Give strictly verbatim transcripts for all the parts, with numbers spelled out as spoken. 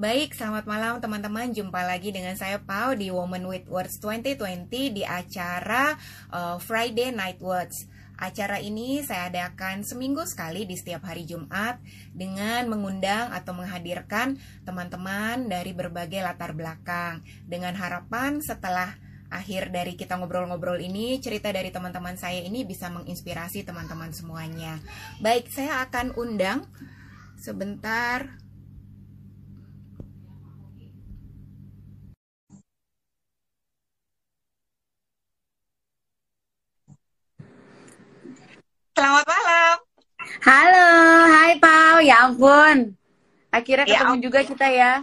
Baik, selamat malam teman-teman. Jumpa lagi dengan saya Pau di Women with Words dua ribu dua puluh di acara uh, Friday Night Words. Acara ini saya adakan seminggu sekali di setiap hari Jumat dengan mengundang atau menghadirkan teman-teman dari berbagai latar belakang. Dengan harapan setelah akhir dari kita ngobrol-ngobrol ini, cerita dari teman-teman saya ini bisa menginspirasi teman-teman semuanya. Baik, saya akan undang sebentar. Selamat malam. Halo, hai Pau, ya ampun. Akhirnya Ya, ketemu juga kita ya.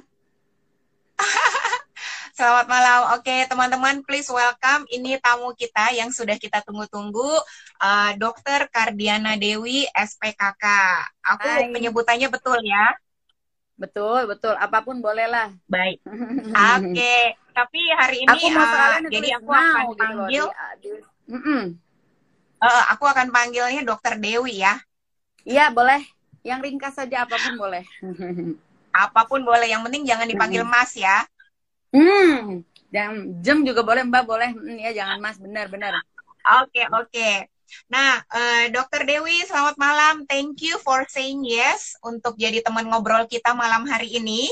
selamat malam. Oke, teman-teman, please welcome. Ini tamu kita yang sudah kita tunggu-tunggu, uh, dokter Kardiana Dewi, S P K K. Aku Hai. penyebutannya betul ya? Betul, betul. Apapun boleh lah. Baik. Oke, tapi hari ini Aku mau uh, sekalian jadi tulis aku now akan gitu loh. panggil, Di, di, Mm-mm. uh, aku akan panggilnya dokter Dewi ya. Iya, boleh. Yang ringkas saja apapun boleh. Apapun boleh, yang penting jangan dipanggil Mm-mm. Mas ya. Hmm, dan jam juga boleh Mbak, boleh. Mm, ya jangan Mas, benar-benar. Oke, oke. Nah, eh, dokter Dewi, selamat malam. Thank you for saying yes untuk jadi teman ngobrol kita malam hari ini.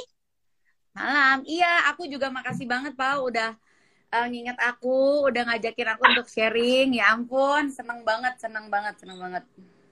Malam. Iya, aku juga makasih banget Pau udah uh, nginget aku, udah ngajakin aku untuk sharing. Ya ampun, seneng banget, seneng banget, seneng banget.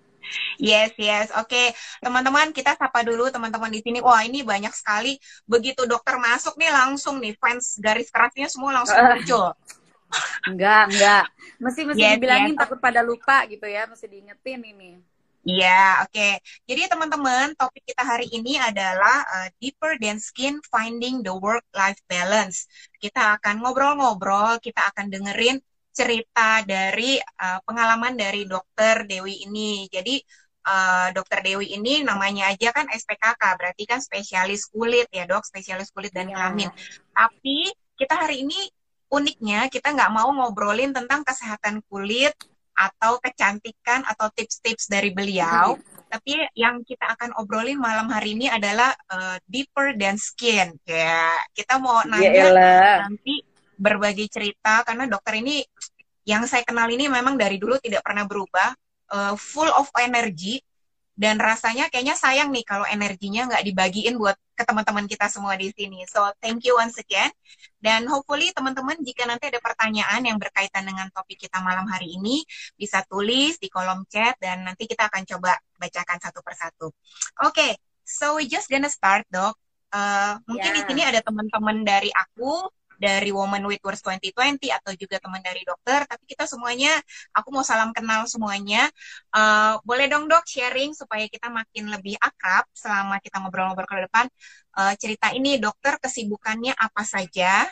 Yes, yes. Oke, teman-teman, kita sapa dulu teman-teman di sini. Wah, ini banyak sekali. Begitu dokter masuk nih, langsung nih fans garis kerasnya semua langsung muncul. Enggak, enggak. Mesti mesti Yes, dibilangin yes. takut pada lupa gitu ya, mesti diingetin ini. Iya, oke. Jadi teman-teman, topik kita hari ini adalah uh, Deeper Than Skin, Finding the Work-Life Balance. Kita akan ngobrol-ngobrol, kita akan dengerin cerita dari uh, pengalaman dari dokter Dewi ini. Jadi uh, dokter Dewi ini namanya aja kan S P K K, berarti kan spesialis kulit ya dok, spesialis kulit dan Iya. kelamin. Tapi kita hari ini uniknya kita nggak mau ngobrolin tentang kesehatan kulit atau kecantikan atau tips-tips dari beliau, tapi yang kita akan obrolin malam hari ini adalah uh, deeper than skin. Ya, kita mau nanya Yaelah. nanti berbagi cerita karena dokter ini yang saya kenal ini memang dari dulu tidak pernah berubah, uh, full of energy. Dan rasanya kayaknya sayang nih kalau energinya nggak dibagiin buat ke teman-teman kita semua di sini. So, thank you once again. Dan hopefully teman-teman jika nanti ada pertanyaan yang berkaitan dengan topik kita malam hari ini, bisa tulis di kolom chat dan nanti kita akan coba bacakan satu persatu. Oke, okay, so we just gonna start, dok. Uh, mungkin Ya. di sini ada teman-teman dari aku, dari Women with Words dua ribu dua puluh atau juga teman dari dokter, tapi kita semuanya, aku mau salam kenal semuanya. Uh, boleh dong dok sharing supaya kita makin lebih akrab selama kita ngobrol-ngobrol ke depan. Uh, cerita ini dokter kesibukannya apa saja?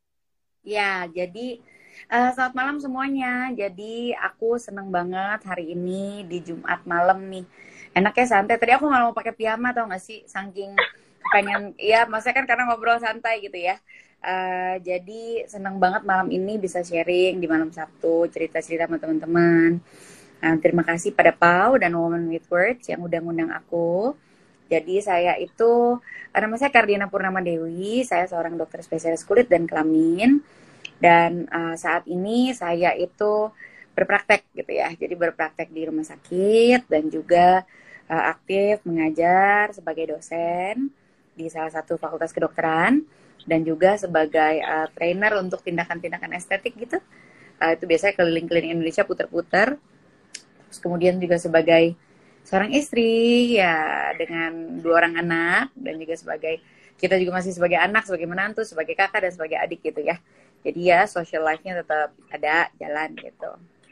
Ya, jadi uh, selamat malam semuanya. Jadi aku seneng banget hari ini di Jumat malam nih. Enaknya santai. Tadi aku nggak mau pakai piyama tau nggak sih, saking pengen, ya maksudnya kan karena ngobrol santai gitu ya. Uh, jadi seneng banget malam ini bisa sharing di malam Sabtu, cerita-cerita sama teman-teman. Nah, terima kasih pada Pau dan Women with Words yang udah ngundang aku. Jadi saya itu, nama saya Kardiana Purnama Dewi, saya seorang dokter spesialis kulit dan kelamin. Dan uh, saat ini saya itu berpraktek gitu ya, jadi berpraktek di rumah sakit dan juga uh, aktif mengajar sebagai dosen di salah satu fakultas kedokteran dan juga sebagai uh, trainer untuk tindakan-tindakan estetik gitu. Uh, itu biasanya keliling-keliling Indonesia putar-putar. Terus kemudian juga sebagai seorang istri ya dengan dua orang anak dan juga sebagai kita juga masih sebagai anak, sebagai menantu, sebagai kakak dan sebagai adik gitu ya. Jadi ya social life-nya tetap ada jalan gitu.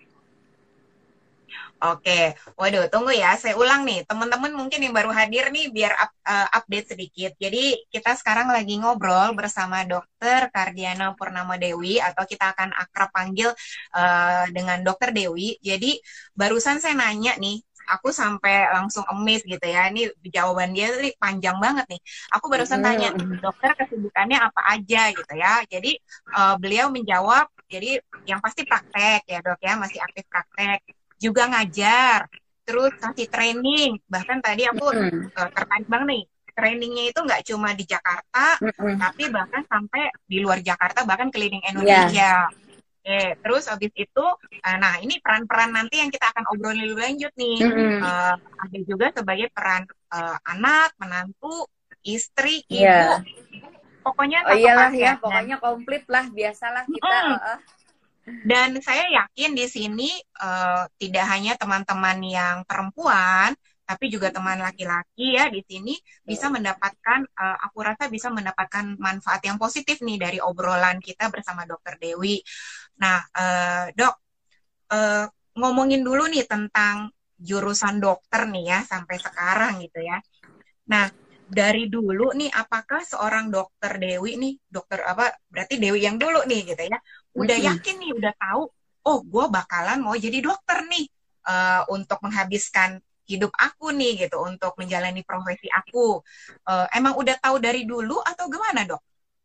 Oke, waduh, tunggu ya, saya ulang nih, teman-teman mungkin yang baru hadir nih biar up, uh, update sedikit. Jadi kita sekarang lagi ngobrol bersama dokter Kardiana Purnama Dewi atau kita akan akrab panggil uh, dengan dokter Dewi. Jadi barusan saya nanya nih, aku sampai langsung amazed gitu ya, ini jawaban dia nih panjang banget nih. Aku barusan tanya, dokter kesibukannya apa aja gitu ya. Jadi uh, beliau menjawab, jadi yang pasti praktek ya dok ya, masih aktif praktek. Juga ngajar, terus kasih training, bahkan tadi aku uh, tertarik banget nih, trainingnya itu nggak cuma di Jakarta, Mm-mm. tapi bahkan sampai di luar Jakarta, bahkan keliling Ya. Indonesia. Oke, terus habis itu, eh, nah ini peran-peran nanti yang kita akan obrolin lebih lanjut nih. Mm-mm. Eh, ada juga sebagai peran eh, anak, menantu, istri, ibu, Ya. pokoknya Oh satu iyalah ya, paket. Dan, pokoknya komplit lah, biasalah kita. mm, Uh, uh. dan saya yakin di sini eh, tidak hanya teman-teman yang perempuan, tapi juga teman laki-laki ya di sini bisa mendapatkan, eh, aku rasa bisa mendapatkan manfaat yang positif nih dari obrolan kita bersama Dokter Dewi. Nah, eh, Dok, eh, ngomongin dulu nih tentang jurusan dokter nih ya sampai sekarang gitu ya. Nah, dari dulu nih, apakah seorang dokter Dewi nih, dokter apa, berarti Dewi yang dulu nih gitu ya, udah Mm-mm. yakin nih, udah tahu, oh gue bakalan mau jadi dokter nih, eh, untuk menghabiskan hidup aku nih gitu, untuk menjalani profesi aku. Eh, emang udah tahu dari dulu atau gimana dok?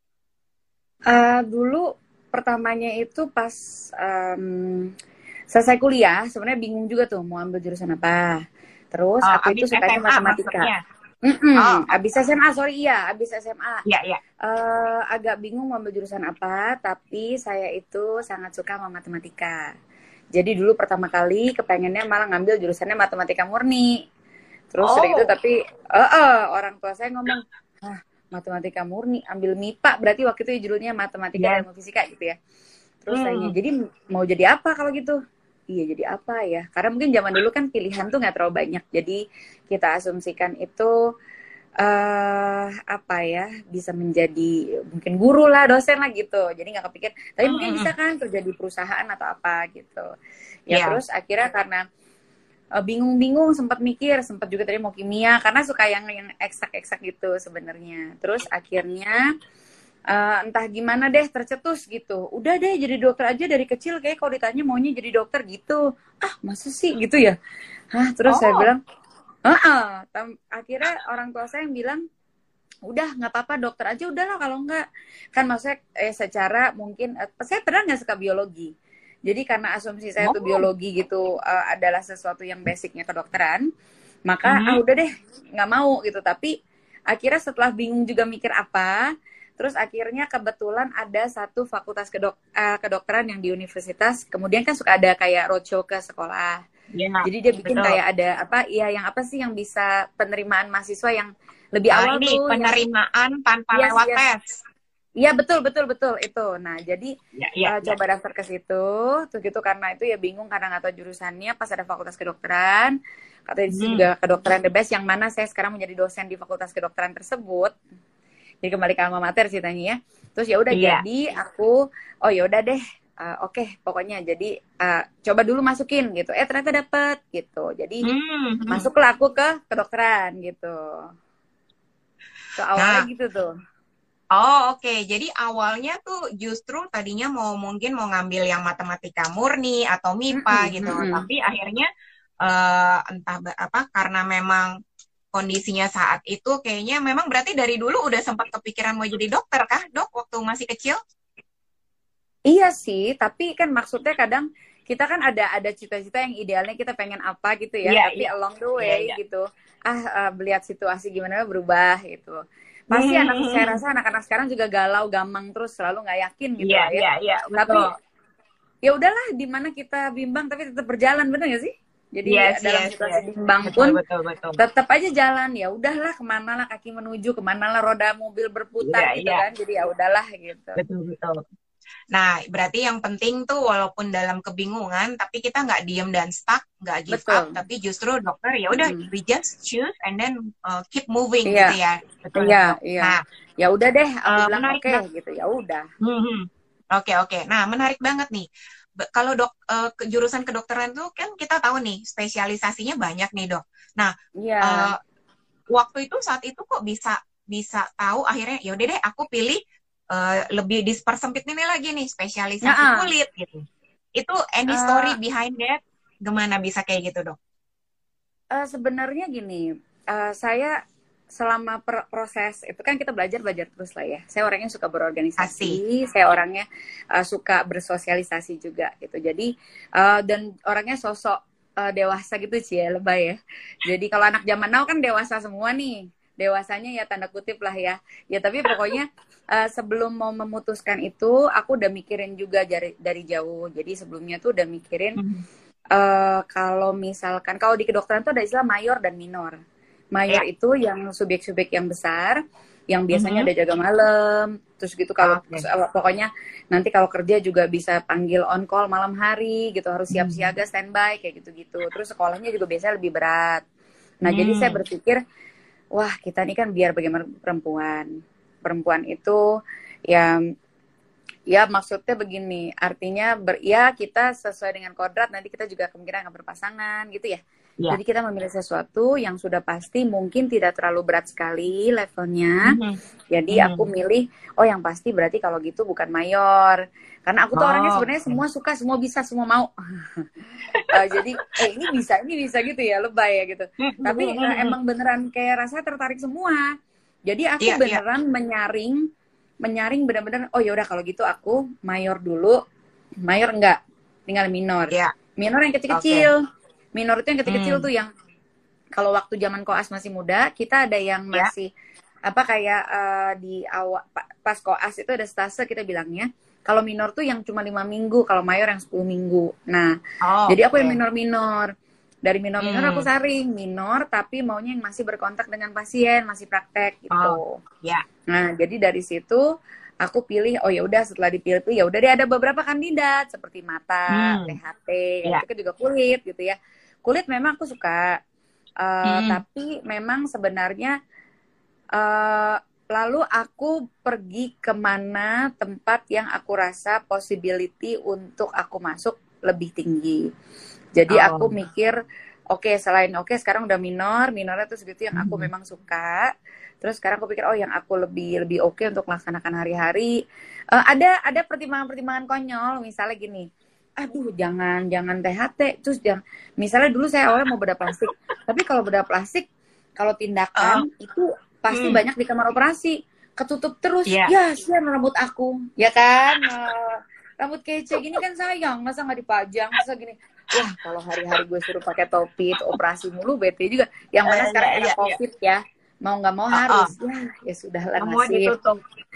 Uh, dulu pertamanya itu pas um, selesai kuliah, sebenarnya bingung juga tuh mau ambil jurusan apa. Terus Eh, aku itu abis sukanya S M A matematika. maksudnya? Oh, Mm-mm. oke. Abis S M A, sorry iya, abis S M A. Iya, iya. Eh, agak bingung mau ambil jurusan apa, tapi saya itu sangat suka sama matematika. Jadi dulu pertama kali kepengennya malah ngambil jurusannya matematika murni. Terus udah gitu Oh, tapi eh eh, orang tua saya ngomong, ah matematika murni, ambil M I P A, berarti waktu itu judulnya matematika dan yes. ilmu fisika gitu ya. Terus tanya, Hmm. jadi mau jadi apa kalau gitu? Iya jadi apa ya? Karena mungkin zaman dulu kan pilihan tuh nggak terlalu banyak. Jadi kita asumsikan itu eh apa ya, bisa menjadi mungkin guru lah, dosen lah gitu. Jadi nggak kepikir, tapi Hmm, mungkin hmm, bisa hmm. kan kerja di perusahaan atau apa gitu. Ya Iya. terus akhirnya karena eh, bingung-bingung, sempat mikir, sempat juga tadi mau kimia karena suka yang yang eksak-eksak gitu sebenarnya. Terus akhirnya eh, entah gimana deh tercetus gitu. Udah deh jadi dokter aja dari kecil, kayak kalau ditanya maunya jadi dokter gitu. Ah masa sih gitu ya? Hah, terus saya Oh, bilang, heeh. Akhirnya orang tua saya yang bilang, udah nggak apa-apa dokter aja udahlah kalau enggak. Kan maksudnya eh, secara mungkin, eh, saya pernah nggak suka biologi. Jadi karena asumsi saya tuh oh. biologi gitu eh, adalah sesuatu yang basicnya kedokteran, maka ah Mhm. udah deh nggak mau gitu. Tapi akhirnya setelah bingung juga mikir apa, terus akhirnya kebetulan ada satu fakultas kedok eh, kedokteran yang di universitas, kemudian kan suka ada kayak roadshow ke sekolah. Iya, Jadi dia bikin betul. kayak ada apa, ya yang apa sih yang bisa penerimaan mahasiswa yang lebih Ah, awal ini tuh, yang penerimaan tanpa yes lewat yes, tes. iya betul betul betul itu. Nah jadi Ya, ya, eh, ya. coba daftar ke situ, terus gitu karena itu ya bingung karena nggak tahu jurusannya. Pas ada fakultas kedokteran, katanya di situ Hmm. juga kedokteran the best, yang mana saya sekarang menjadi dosen di fakultas kedokteran tersebut. Jadi kembali ke alma mater ceritanya ya. Terus ya udah Iya. jadi aku, oh ya udah deh, uh, oke okay, pokoknya jadi uh, coba dulu masukin gitu. Eh ternyata dapet gitu. Jadi Hmm. hmm. masuklah aku ke kedokteran gitu. So awalnya Nah, gitu tuh. oh oke. Jadi awalnya tuh justru tadinya mau mungkin mau ngambil yang matematika murni atau M I P A Mm-mm, gitu. mm-mm. Tapi akhirnya eh, entah ba- apa karena memang kondisinya saat itu kayaknya memang berarti dari dulu udah sempat kepikiran mau jadi dokter kah, Dok, waktu masih kecil? Iya sih, tapi kan maksudnya kadang kita kan ada ada cita-cita yang idealnya kita pengen apa gitu ya, Iya, tapi iya. along the Iya, way iya. gitu, ah uh, melihat situasi gimana berubah gitu. Pasti anak saya Hmm. rasa anak-anak sekarang juga galau, gampang terus selalu nggak yakin gitu Iya, lah ya. iya, iya, Tapi betul. ya udahlah, di mana kita bimbang tapi tetap berjalan, bener nggak sih? Jadi Yes, dalam yes, situasi yes. bimbang Betul, pun betul, betul. tetap aja jalan. Ya udahlah, kemana lah kaki menuju, kemana lah roda mobil Iya, berputar gitu iya. kan. Jadi ya udahlah gitu. Betul, betul. Nah, berarti yang penting tuh walaupun dalam kebingungan, tapi kita nggak diem dan stuck, nggak give up, Betul. tapi justru dokter ya udah Mm-mm. we just choose and then uh, keep moving Iya, gitu ya, betul ya iya, dok. iya. Nah, Ya udah deh, aku uh, bilang menarik oke banget. gitu. Ya udah. Hmm, Oke oke. Nah, menarik banget nih. Be- Kalau dok uh, ke- jurusan kedokteran tuh kan kita tahu nih spesialisasinya banyak nih dok. Nah, Iya. uh, waktu itu saat itu kok bisa bisa tahu akhirnya ya udah deh aku pilih uh, lebih dispersempit ini lagi nih spesialisasi Nah, kulit gitu. Itu any story uh, behind that? Gimana bisa kayak gitu dok? uh, sebenarnya gini, uh, saya selama per- proses itu kan kita belajar belajar terus lah ya. Saya orangnya suka Pasti. berorganisasi, saya orangnya uh, suka bersosialisasi juga gitu. Jadi uh, dan orangnya sosok uh, dewasa gitu sih ya, lebay ya. Jadi kalau anak zaman now kan dewasa semua nih, dewasanya ya tanda kutip lah ya. Ya tapi pokoknya uh, sebelum mau memutuskan itu aku udah mikirin juga dari dari jauh. Jadi sebelumnya tuh udah mikirin uh, kalau misalkan kalau di kedokteran tuh ada istilah mayor dan minor. Mayor Ya. itu yang subjek-subjek yang besar, yang biasanya Mhm. ada jaga malam, terus gitu kalau Oke. pokoknya nanti kalau kerja juga bisa panggil on call malam hari gitu, harus siap Hmm. siaga standby kayak gitu-gitu. Terus sekolahnya juga biasanya lebih berat. Nah, Hmm. jadi saya berpikir, wah kita ini kan biar bagaimana perempuan. Perempuan itu ya ya maksudnya begini, artinya ber, ya kita sesuai dengan kodrat nanti kita juga kemungkinan akan berpasangan gitu ya. Ya. Jadi kita memilih sesuatu yang sudah pasti mungkin tidak terlalu berat sekali levelnya. Mhm. Jadi Hmm. aku milih, oh yang pasti berarti kalau gitu bukan mayor. Karena aku tuh orangnya Oh, sebenarnya oke. semua suka, semua bisa, semua mau. Uh, jadi eh ini bisa, ini bisa gitu ya, lebay ya gitu. Tapi uh, emang beneran kayak rasanya tertarik semua. Jadi aku Iya, iya. beneran menyaring, menyaring bener-bener. Oh ya udah kalau gitu aku mayor dulu, mayor enggak, tinggal minor. Iya. Minor yang kecil-kecil. Oke. Minor itu yang kecil-kecil Hmm. tuh yang kalau waktu zaman koas masih muda, kita ada yang Ya. masih apa kayak uh, di awal pas koas itu ada stase kita bilangnya. Kalau minor tuh yang cuma lima minggu, kalau mayor yang sepuluh minggu. Nah, Oh, jadi aku oke. yang minor-minor. Dari minor-minor aku Hmm. saring, minor tapi maunya yang masih berkontak dengan pasien, masih praktek gitu. Oh, ya. Nah, jadi dari situ aku pilih, oh ya udah setelah dipilih ya udah deh ada beberapa kandidat seperti mata, Hmm. T H T, Ya. itu kan juga kulit gitu ya. Kulit memang aku suka, uh, Hmm. tapi memang sebenarnya uh, lalu aku pergi kemana tempat yang aku rasa possibility untuk aku masuk lebih tinggi. Jadi Oh. aku mikir, oke okay, selain oke okay, sekarang udah minor, minornya tuh segitu yang aku Hmm. memang suka. Terus sekarang aku pikir oh yang aku lebih lebih oke okay untuk melaksanakan hari-hari. Uh, ada ada pertimbangan-pertimbangan konyol, misalnya gini. Aduh jangan jangan T H T, terus jangan. Misalnya dulu saya awalnya mau bedah plastik, tapi kalau bedah plastik kalau tindakan Oh. itu pasti Hmm. banyak di kamar operasi, ketutup terus. Ya. Ya sian rambut aku, ya kan. Uh, rambut kece gini kan sayang, masa nggak dipajang, masa gini. Wah kalau hari-hari gue suruh pakai topi itu operasi mulu bete juga. Yang mana Eh, sekarang ya, era ya, covid ya, mau nggak mau Oh, harus. oh. Ya ya sudah lah Semua nasib. ditutup.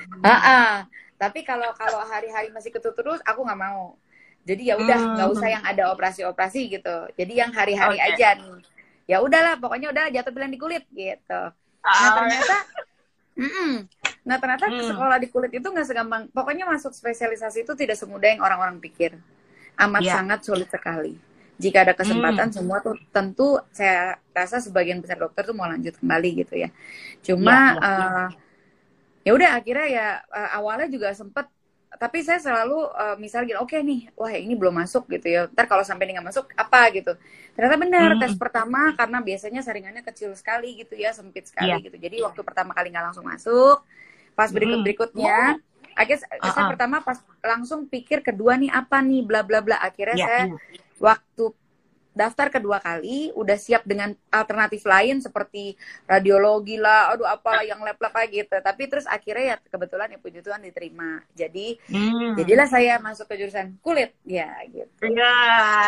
Ah, tapi kalau kalau hari-hari masih ketutup terus, aku nggak mau. Jadi ya udah nggak usah Hmm. yang ada operasi-operasi gitu. Jadi yang hari-hari Oke. aja nih. Ya udahlah, pokoknya udah jatuh pilihan di kulit gitu. Nah Ah. ternyata, mm-mm. nah ternyata Hmm. sekolah di kulit itu nggak segampang. Pokoknya masuk spesialisasi itu tidak semudah yang orang-orang pikir. Amat Ya. sangat sulit sekali. Jika ada kesempatan, Hmm. semua tuh tentu saya rasa sebagian besar dokter tuh mau lanjut kembali gitu ya. Cuma Ya, ya. uh, ya udah akhirnya ya uh, awalnya juga sempet, tapi saya selalu uh, misalnya gini, oke okay nih, wah ini belum masuk gitu ya. Ntar kalau sampai ini nggak masuk apa gitu. Ternyata benar Hmm. tes pertama karena biasanya saringannya kecil sekali gitu ya, sempit sekali Ya. gitu. Jadi waktu pertama kali nggak langsung masuk, pas berikut berikutnya, akhirnya Uh-uh. saya pertama pas langsung pikir kedua nih apa nih bla bla bla. Akhirnya Ya, saya ya. waktu daftar kedua kali udah siap dengan alternatif lain seperti radiologi lah, aduh apalah yang lab-lab kayak gitu. Tapi terus akhirnya ya kebetulan ya puji Tuhan diterima. Jadi Hmm. jadilah saya masuk ke jurusan kulit ya gitu. Ya.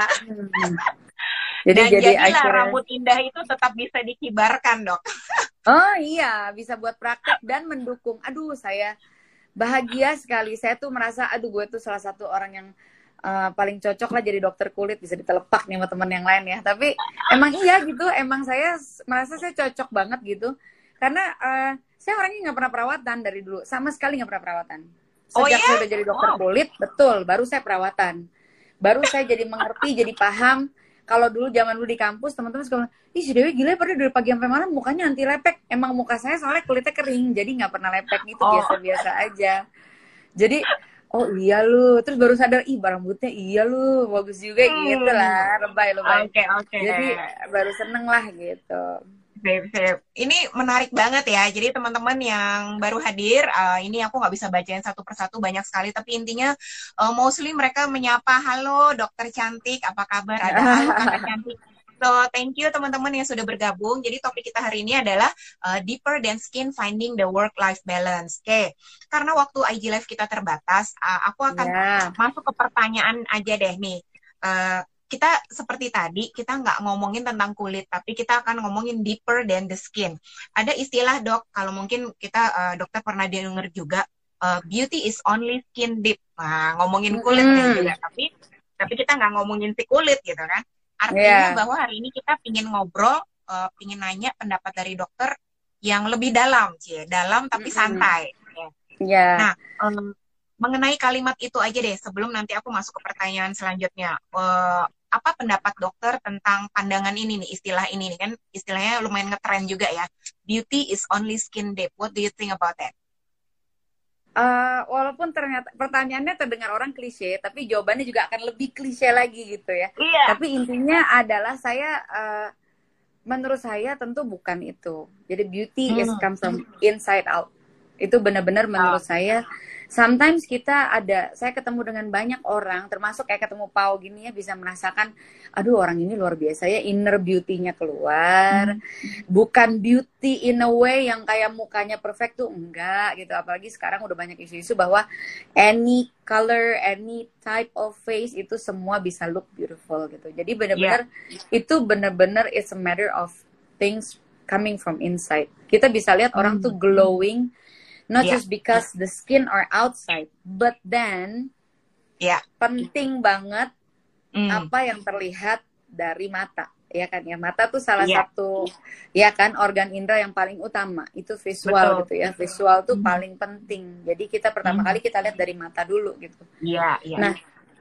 Hmm. Jadi Dan jadi jadilah akhirnya rambut indah itu tetap bisa dikibarkan, Dok. oh iya bisa buat praktek dan mendukung. Aduh saya bahagia sekali. Saya tuh merasa aduh gue tuh salah satu orang yang Uh, paling cocok lah jadi dokter kulit, bisa ditelepak nih sama teman yang lain ya. Tapi emang iya gitu, emang saya merasa saya cocok banget gitu. Karena uh, saya orangnya nggak pernah perawatan dari dulu, sama sekali nggak pernah perawatan. Sejak Oh, ya? saya udah jadi dokter Wow. kulit, betul, baru saya perawatan. Baru saya jadi mengerti, jadi paham. Kalau dulu zaman dulu di kampus, teman-teman suka bilang, ih si Dewi gila pada dari pagi sampai malam mukanya anti lepek. Emang muka saya soalnya kulitnya kering, jadi nggak pernah lepek gitu, Oh. biasa-biasa aja. Jadi oh iya lu, terus baru sadar ih rambutnya iya lu bagus juga Hmm. gitu lah, lebay lebay. Oke, oke. Jadi baru seneng lah gitu. Sip, sip. Ini menarik banget ya. Jadi teman-teman yang baru hadir, uh, ini aku nggak bisa bacain satu persatu banyak sekali. Tapi intinya uh, mostly mereka menyapa, halo dokter cantik, apa kabar? Ada halo kakak cantik. So, thank you teman-teman yang sudah bergabung. Jadi topik kita hari ini adalah uh, Deeper Than Skin, Finding the Work-Life Balance. Oke, okay. Karena waktu I G Live kita terbatas, uh, aku akan yeah. masuk ke pertanyaan aja deh nih. Uh, kita seperti tadi, kita nggak ngomongin tentang kulit, tapi kita akan ngomongin deeper than the skin. Ada istilah dok, kalau mungkin kita uh, dokter pernah denger juga, uh, beauty is only skin deep. Nah, ngomongin kulit nih juga, tapi tapi kita nggak ngomongin si kulit gitu kan. Artinya yeah. bahwa hari ini kita pingin ngobrol, uh, pingin nanya pendapat dari dokter yang lebih dalam, cie, dalam tapi mm-hmm. santai. Ya. Yeah. Nah, um, mengenai kalimat itu aja deh, sebelum nanti aku masuk ke pertanyaan selanjutnya. Uh, apa pendapat dokter tentang pandangan ini nih, istilah ini nih, kan istilahnya lumayan ngetren juga ya. Beauty is only skin deep. What do you think about that? Uh, walaupun ternyata pertanyaannya terdengar orang klise, tapi jawabannya juga akan lebih klise lagi gitu ya. Iya. Tapi intinya adalah saya, uh, menurut saya tentu bukan itu. Jadi beauty hmm. is come from inside out. Itu benar-benar menurut oh. saya. Sometimes kita ada, saya ketemu dengan banyak orang, termasuk kayak ketemu Pau gini ya, bisa merasakan, aduh orang ini luar biasa ya, inner beauty-nya keluar. Hmm. Bukan beauty in a way yang kayak mukanya perfect tuh, enggak gitu. Apalagi sekarang udah banyak isu-isu bahwa any color, any type of face itu semua bisa look beautiful gitu. Jadi benar-benar, yeah. itu benar-benar it's a matter of things coming from inside. Kita bisa lihat hmm. orang tuh glowing, not yeah. just because the skin are outside, but then yeah. penting banget mm. apa yang terlihat dari mata, ya kan ya. Mata tuh salah yeah. satu, ya kan, organ indera yang paling utama. Itu visual. Betul. Gitu ya. Visual tuh mm. paling penting. Jadi kita pertama mm. kali kita lihat dari mata dulu gitu. Iya, yeah, yeah. Nah,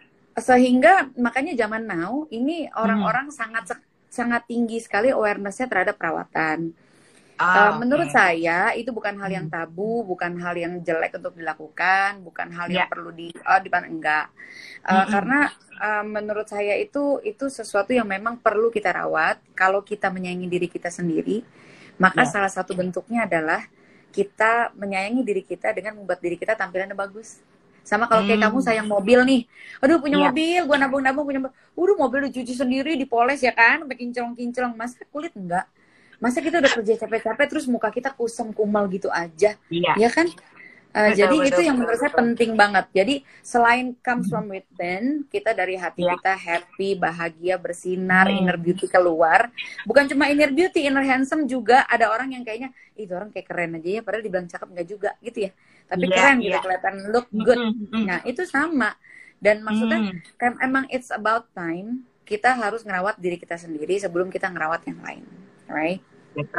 sehingga makanya zaman now ini orang-orang mm. sangat sangat tinggi sekali awareness-nya terhadap perawatan. Ah, uh, menurut okay. saya itu bukan hal yang tabu, bukan hal yang jelek untuk dilakukan, bukan hal yang yeah. perlu di oh dipandang enggak. Uh, mm-hmm. Karena uh, menurut saya itu itu sesuatu yang memang perlu kita rawat. Kalau kita menyayangi diri kita sendiri, maka yeah. salah satu bentuknya adalah kita menyayangi diri kita dengan membuat diri kita tampilannya bagus. Sama kalau kayak mm. kamu sayang mobil nih, aduh punya yeah. mobil, gua nabung-nabung punya mobil, udah mobil dicuci sendiri, dipoles ya kan, bikin kinclong-kinclong, masa kulit enggak? Masa kita udah kerja capek-capek terus muka kita kusam kumal gitu aja, iya. ya kan? Uh, betul, jadi betul, itu betul, yang menurut betul, saya betul. penting banget. Jadi selain comes from within, kita dari hati yeah. kita happy, bahagia, bersinar, hmm. inner beauty keluar. Bukan cuma inner beauty, inner handsome juga. Ada orang yang kayaknya, itu orang kayak keren aja ya, padahal dibilang cakep nggak juga gitu ya. Tapi yeah, keren yeah. gitu, kelihatan look good. Mm-hmm. Nah itu sama. Dan maksudnya mm. kan emang it's about time kita harus ngerawat diri kita sendiri sebelum kita ngerawat yang lain. Right? Gitu.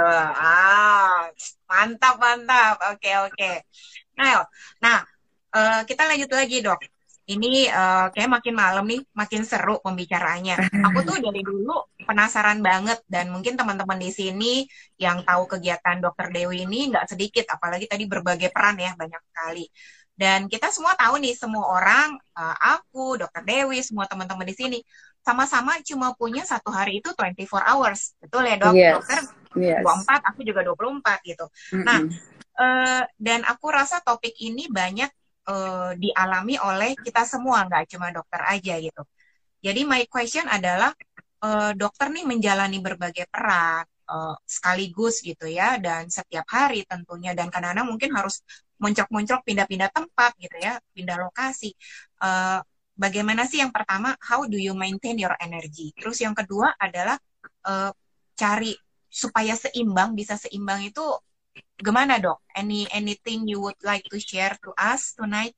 Ah, mantap, mantap. Oke, oke. Nah, nah uh, kita lanjut lagi, dok. Ini uh, kayak makin malam nih, makin seru pembicaraannya. Aku tuh dari dulu penasaran banget, dan mungkin teman-teman di sini yang tahu kegiatan dokter Dewi ini nggak sedikit, apalagi tadi berbagai peran ya, banyak sekali. Dan kita semua tahu nih, semua orang, uh, aku, dokter Dewi, semua teman-teman di sini, sama-sama cuma punya satu hari itu dua puluh empat hours. Betul ya dok? Yes. Dokter yes. dua puluh empat, aku juga dua puluh empat gitu. Mm-hmm. Nah, uh, dan aku rasa topik ini banyak uh, dialami oleh kita semua, nggak cuma dokter aja gitu. Jadi my question adalah, uh, dokter nih menjalani berbagai peran, uh, sekaligus gitu ya, dan setiap hari tentunya, dan kadang-kadang mungkin harus muncul-muncul pindah-pindah tempat gitu ya, pindah lokasi. Uh, Bagaimana sih yang pertama, how do you maintain your energy? Terus yang kedua adalah uh, cari supaya seimbang, bisa seimbang itu gimana dok? Any anything you would like to share to us tonight?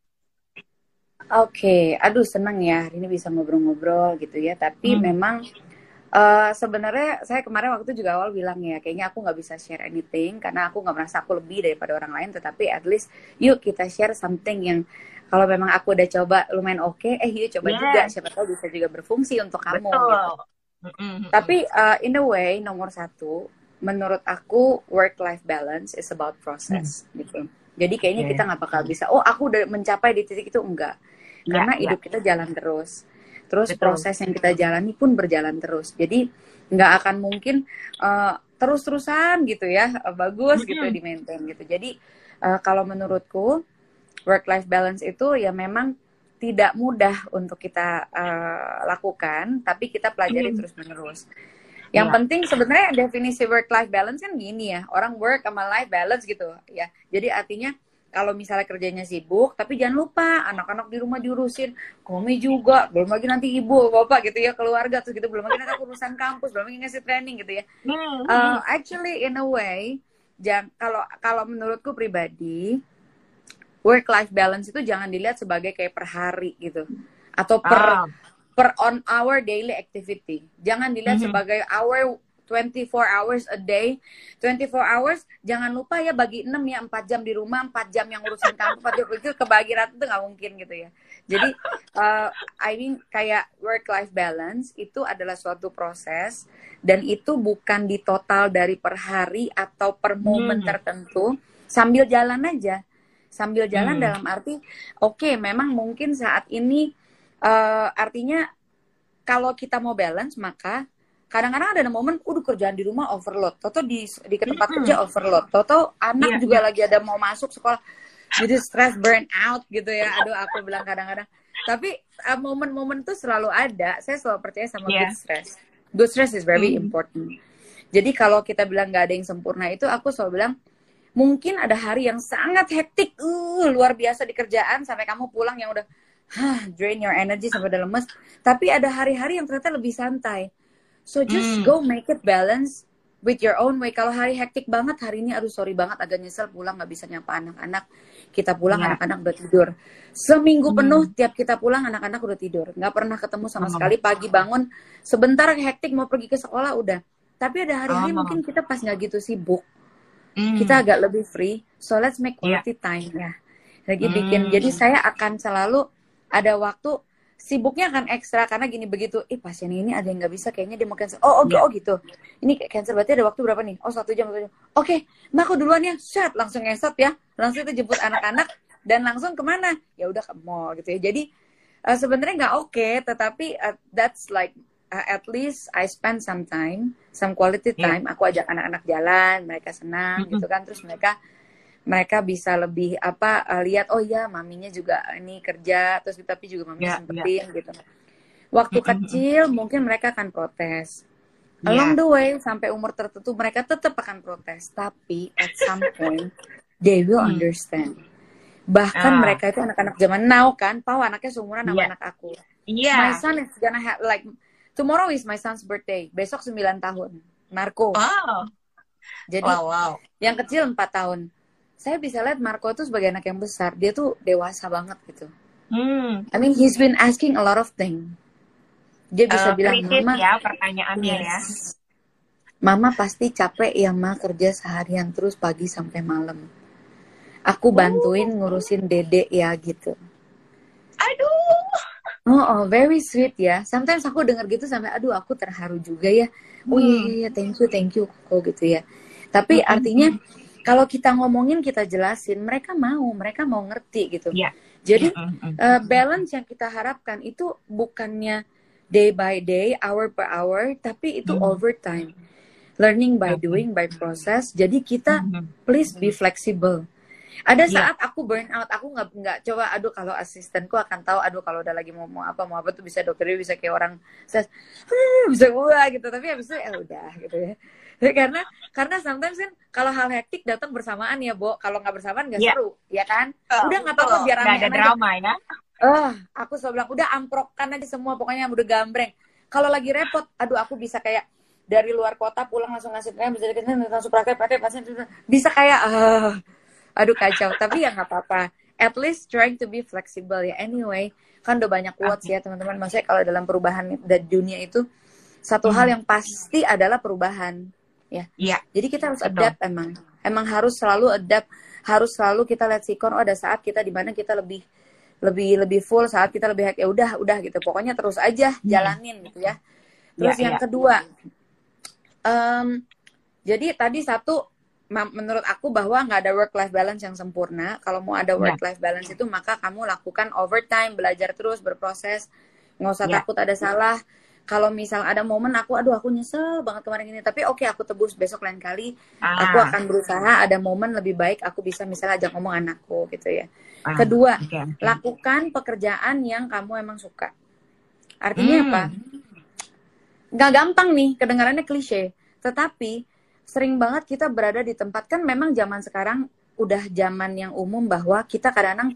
Oke, okay. Aduh senang ya hari ini bisa ngobrol-ngobrol gitu ya. Tapi hmm. memang uh, sebenarnya saya kemarin waktu juga awal bilang ya, kayaknya aku nggak bisa share anything karena aku nggak merasa aku lebih daripada orang lain. Tetapi at least yuk kita share something yang kalau memang aku udah coba lumayan oke, okay, eh yuk coba yeah. juga, siapa tahu bisa juga berfungsi untuk kamu. Betul. Gitu. Mm-hmm. Tapi uh, in a way nomor satu, menurut aku work-life balance is about process mm. gitu. Jadi kayaknya yeah. kita nggak bakal bisa, oh aku udah mencapai di titik itu, enggak. Karena yeah, hidup yeah. kita jalan terus. Terus Betul. proses yang kita jalani pun berjalan terus. Jadi nggak akan mungkin uh, terus-terusan gitu ya, uh, bagus mm-hmm. gitu di-maintain gitu. Jadi uh, kalau menurutku work-life balance itu ya memang tidak mudah untuk kita uh, lakukan, tapi kita pelajari mm. terus-menerus. Yang yeah. penting sebenarnya definisi work-life balance kan gini ya, orang work sama life balance gitu ya. Jadi artinya kalau misalnya kerjanya sibuk, tapi jangan lupa anak-anak di rumah diurusin, Komi juga, belum lagi nanti ibu, bapak gitu ya, keluarga, terus gitu, belum lagi nanti aku urusan kampus, belum lagi ngasih training gitu ya. Uh, actually in a way, jang, kalau kalau menurutku pribadi, work life balance itu jangan dilihat sebagai kayak per hari gitu, atau per Ah. per on our daily activity. Jangan dilihat Mhm. sebagai our twenty-four hours a day. twenty-four hours, jangan lupa ya bagi enam ya, empat jam di rumah, empat jam yang ngurusin kampus, empat jam itu kebagi rata itu nggak mungkin gitu ya. Jadi, uh, I mean kayak work-life balance itu adalah suatu proses dan itu bukan di total dari per hari atau per momen Hmm. tertentu, sambil jalan aja. Sambil jalan Hmm. dalam arti, oke okay, memang mungkin saat ini, uh, artinya kalau kita mau balance maka kadang-kadang ada momen udah kerjaan di rumah overload, toto di di ke tempat Mm-mm. kerja overload, toto anak Iya, juga iya. lagi ada mau masuk sekolah, jadi stress burn out gitu ya. Aduh, aku bilang kadang-kadang. Tapi uh, momen-momen tuh selalu ada. Saya selalu percaya sama Iya. good stress. Good stress is very Hmm. important. Jadi kalau kita bilang nggak ada yang sempurna itu, aku selalu bilang mungkin ada hari yang sangat hektik, uh, luar biasa di kerjaan sampai kamu pulang yang udah hah, drain your energy sampai udah lemes. Tapi ada hari-hari yang ternyata lebih santai. So just Hmm. go make it balance with your own way. Kalau hari hektik banget hari ini, aduh sorry banget, agak nyesel pulang nggak bisa nyapa anak-anak. Kita pulang Iya. anak-anak udah tidur. Seminggu Hmm. penuh tiap kita pulang anak-anak udah tidur. Nggak pernah ketemu sama Oh. sekali. Pagi bangun sebentar hektik mau pergi ke sekolah udah. Tapi ada hari-hari Oh. mungkin kita pas nggak gitu sibuk, Hmm. kita agak lebih free. So let's make Iya. quality time ya. Lagi bikin. Hmm. Jadi saya akan selalu ada waktu sibuknya akan ekstra karena gini begitu. Eh pasien ini ada yang nggak bisa, kayaknya dia mau cancel. Oh oke, Iya. oh gitu. Ini kayak cancel berarti ada waktu berapa nih? Oh satu jam, satu jam. Oke, mbak aku duluan ya. Shut, langsung ngesot ya. Langsung itu jemput anak-anak dan langsung kemana? Ya udah ke mall gitu ya. Jadi uh, sebenarnya nggak oke, tetapi uh, that's like uh, at least I spend some time, some quality Iya. time. Aku ajak anak-anak jalan, mereka senang Mm-mm. gitu kan. Terus mereka mereka bisa lebih apa uh, lihat, oh ya maminya juga ini kerja, terus tapi juga mami Iya, iya. sempetin gitu. Waktu Mm-mm. kecil mungkin mereka akan protes. Iya. Along the way sampai umur tertentu mereka tetap akan protes, tapi at some point they will Hmm. understand. Bahkan Ah. mereka itu anak-anak zaman now kan, Pau anaknya seumuran sama Iya. anak aku. Iya. My son is gonna have like tomorrow is my son's birthday, besok sembilan tahun, Marco. Wow. Jadi Wow, wow. yang kecil empat tahun. Saya bisa lihat Marco tuh sebagai anak yang besar, dia tuh dewasa banget gitu. Hmm. I mean he's been asking a lot of things. Dia bisa Uh, bilang, kritis mama, ya pertanyaannya ya. yes, mama pasti capek ya ma kerja seharian terus pagi sampai malam. Aku bantuin ngurusin dedek ya gitu. Aduh. Oh, oh, very sweet ya. Sometimes aku denger gitu sampai aduh aku terharu juga ya. Oh iya Hmm. iya iya, thank you thank you kok gitu ya. Tapi Mm-mm. artinya kalau kita ngomongin kita jelasin, mereka mau, mereka mau ngerti gitu. Iya. Jadi Mm-mm. uh, balance yang kita harapkan itu bukannya day by day, hour per hour, tapi itu Mhm. overtime. Learning by Oke. doing, by process. Jadi kita Mhm. please be flexible. Ada Iya. saat aku burn out, aku nggak nggak coba. Aduh kalau asistenku akan tahu. Aduh kalau udah lagi mau mau apa mau apa tuh bisa dokternya bisa kayak orang stres, bisa gua gitu. Tapi habis itu ya udah gitu ya. Karena karena sometimes kan kalau hal hektik datang bersamaan ya, Bo. Kalau nggak bersamaan nggak Iya. seru, ya kan? Oh, Udah nggak betul. apa-apa biar Nggak ada ramean aja. drama ya. Eh, aku selalu bilang udah amprokkan aja semua, pokoknya udah gambreng. Kalau lagi repot, aduh aku bisa kayak dari luar kota pulang langsung ngasih kan bisa dikasih langsung praktek praktek pasien bisa kayak ah aduh kacau. Tapi ya nggak apa-apa. At least trying to be flexible ya. Anyway, kan udah banyak quotes Oke. ya teman-teman. Maksudnya kalau dalam perubahan dari dunia itu satu Hmm. hal yang pasti adalah perubahan ya. Iya. Jadi kita harus Betul. adapt emang. Emang harus selalu adapt. Harus selalu kita lihat sikon. Oh ada saat kita di mana kita lebih lebih lebih full, saat kita lebih hack ya udah udah gitu. Pokoknya terus aja Hmm. jalanin gitu ya. Terus Iya, yang iya. kedua, em, jadi tadi satu ma- menurut aku bahwa nggak ada work life balance yang sempurna. Kalau mau ada Iya. work life balance itu maka kamu lakukan overtime, belajar terus, berproses, nggak usah Iya. takut ada salah. Kalau misal ada momen aku aduh aku nyesel banget kemarin ini, tapi oke aku tebus besok lain kali. Aku Ah. akan berusaha ada momen lebih baik aku bisa misalnya ajak ngomong anakku gitu ya. Ah. Kedua, Oke, oke. lakukan pekerjaan yang kamu emang suka. Artinya Hmm. apa? Nggak gampang nih, kedengarannya klise. Tetapi sering banget kita berada di tempat, kan memang zaman sekarang udah zaman yang umum bahwa kita kadang-kadang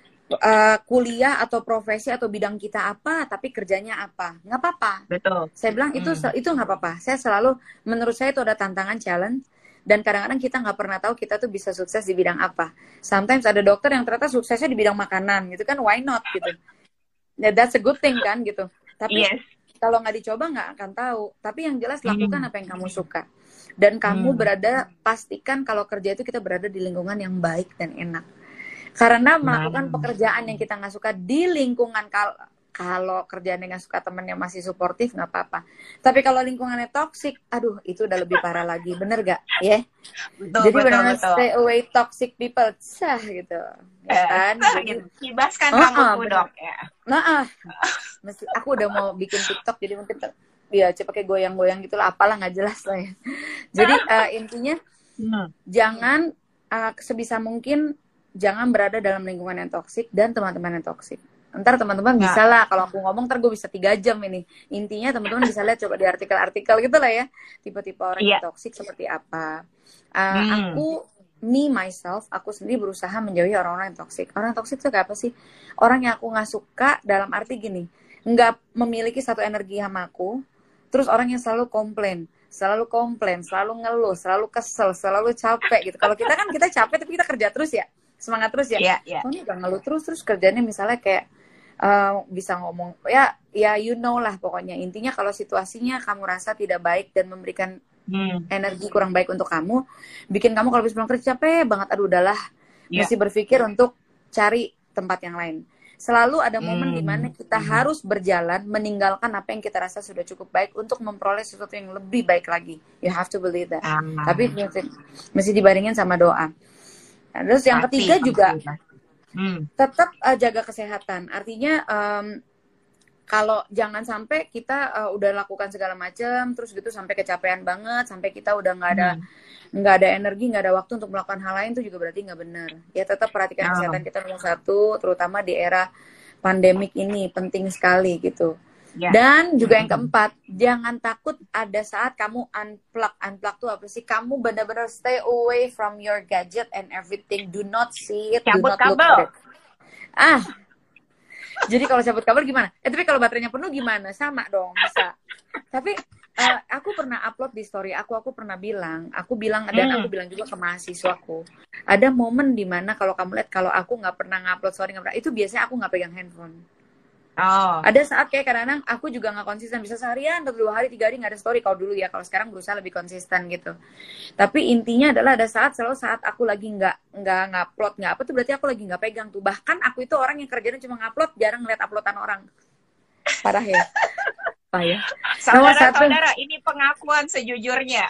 uh, kuliah atau profesi atau bidang kita apa, tapi kerjanya apa. Nggak apa-apa. Betul. Saya bilang itu Hmm. itu nggak apa-apa. Saya selalu, menurut saya itu ada tantangan, challenge. Dan kadang-kadang kita nggak pernah tahu kita tuh bisa sukses di bidang apa. Sometimes ada dokter yang ternyata suksesnya di bidang makanan gitu kan, why not gitu. Ya, that's a good thing kan gitu. Tapi Yes. kalau nggak dicoba nggak akan tahu. Tapi yang jelas lakukan Hmm. apa yang kamu suka. Dan kamu Hmm. berada, pastikan kalau kerja itu kita berada di lingkungan yang baik dan enak. Karena melakukan Nah. pekerjaan yang kita nggak suka di lingkungan, kal kalau kerjaan yang nggak suka temennya masih suportif nggak apa-apa. Tapi kalau lingkungannya toxic, aduh itu udah lebih parah lagi, bener gak? Ya. Yeah? Betul, Jadi betul, benar-benar betul. stay away toxic people, sah gitu, ya Eh, kan? sah Jadi, gitu. Kibaskan oh, rambutmu, oh, bener. Dok. Ya. Nah, ah, mesti aku udah mau bikin TikTok, jadi mungkin ter- ya coba pakai goyang-goyang gitu lah, apalah nggak jelas lah ya. Jadi uh, intinya Hmm. jangan uh, sebisa mungkin jangan berada dalam lingkungan yang toksik dan teman-teman yang toksik. Ntar teman-teman Nggak. bisa lah, kalau aku ngomong ntar gue bisa tiga jam ini. Intinya teman-teman bisa lihat coba di artikel-artikel gitu lah ya, tipe-tipe orang Iya. yang toksik seperti apa. Uh, Hmm. Aku, me myself, aku sendiri berusaha menjauhi orang-orang yang toksik. Orang toksik itu kayak apa sih? Orang yang aku nggak suka dalam arti gini, nggak memiliki satu energi sama aku, terus orang yang selalu komplain, selalu komplain, selalu ngeluh, selalu kesel, selalu capek gitu. Kalau kita kan kita capek tapi kita kerja terus ya, semangat terus ya. Iya, iya. Oh ini udah ngeluh terus, terus kerjanya misalnya kayak uh, bisa ngomong, ya ya you know lah pokoknya. Intinya kalau situasinya kamu rasa tidak baik dan memberikan Hmm. energi kurang baik untuk kamu, bikin kamu kalau habis pulang kerja capek banget, aduh udahlah, Iya. mesti berpikir untuk cari tempat yang lain. Selalu ada momen Hmm. dimana kita Hmm. harus berjalan meninggalkan apa yang kita rasa sudah cukup baik untuk memperoleh sesuatu yang lebih baik lagi. You have to believe that. Ah. Tapi mesti, mesti dibaringin sama doa. Nah, terus yang Pasti, ketiga pasti, juga pasti. Hmm. tetap uh, jaga kesehatan. Artinya um, kalau jangan sampai kita uh, udah lakukan segala macam terus gitu sampai kecapean banget, sampai kita udah nggak ada Hmm. nggak ada energi, nggak ada waktu untuk melakukan hal lain, itu juga berarti nggak benar. Ya tetap perhatikan Oh. kesehatan kita nomor satu, terutama di era pandemik ini penting sekali gitu. Ya. Dan juga yang Hmm. keempat, jangan takut ada saat kamu unplug. Unplug tuh apa sih? Kamu benar-benar stay away from your gadget and everything. Do not see it, do Cabut not look kabel. at it. Ah, jadi kalau cabut kabel gimana? Eh tapi kalau baterainya penuh gimana? Sama dong, bisa. Tapi uh, aku pernah upload di story aku, aku pernah bilang, aku bilang dan Hmm. aku bilang juga ke mahasiswaku, ada momen dimana kalau kamu lihat kalau aku nggak pernah ngupload story, nggak pernah, itu biasanya aku nggak pegang handphone. Oh. Ada saat kayak kadang-kadang aku juga nggak konsisten, bisa seharian atau dua hari, tiga hari nggak ada story. Kalau dulu ya, kalau sekarang berusaha lebih konsisten gitu. Tapi intinya adalah ada saat, selalu saat aku lagi nggak nggak ngupload nggak apa tuh berarti aku lagi nggak pegang tuh. Bahkan aku itu orang yang kerjanya cuma ngupload, jarang ngeliat uploadan orang. Parah ya. Apa ya? Nomor satu. Saudara-saudara, ini pengakuan sejujurnya.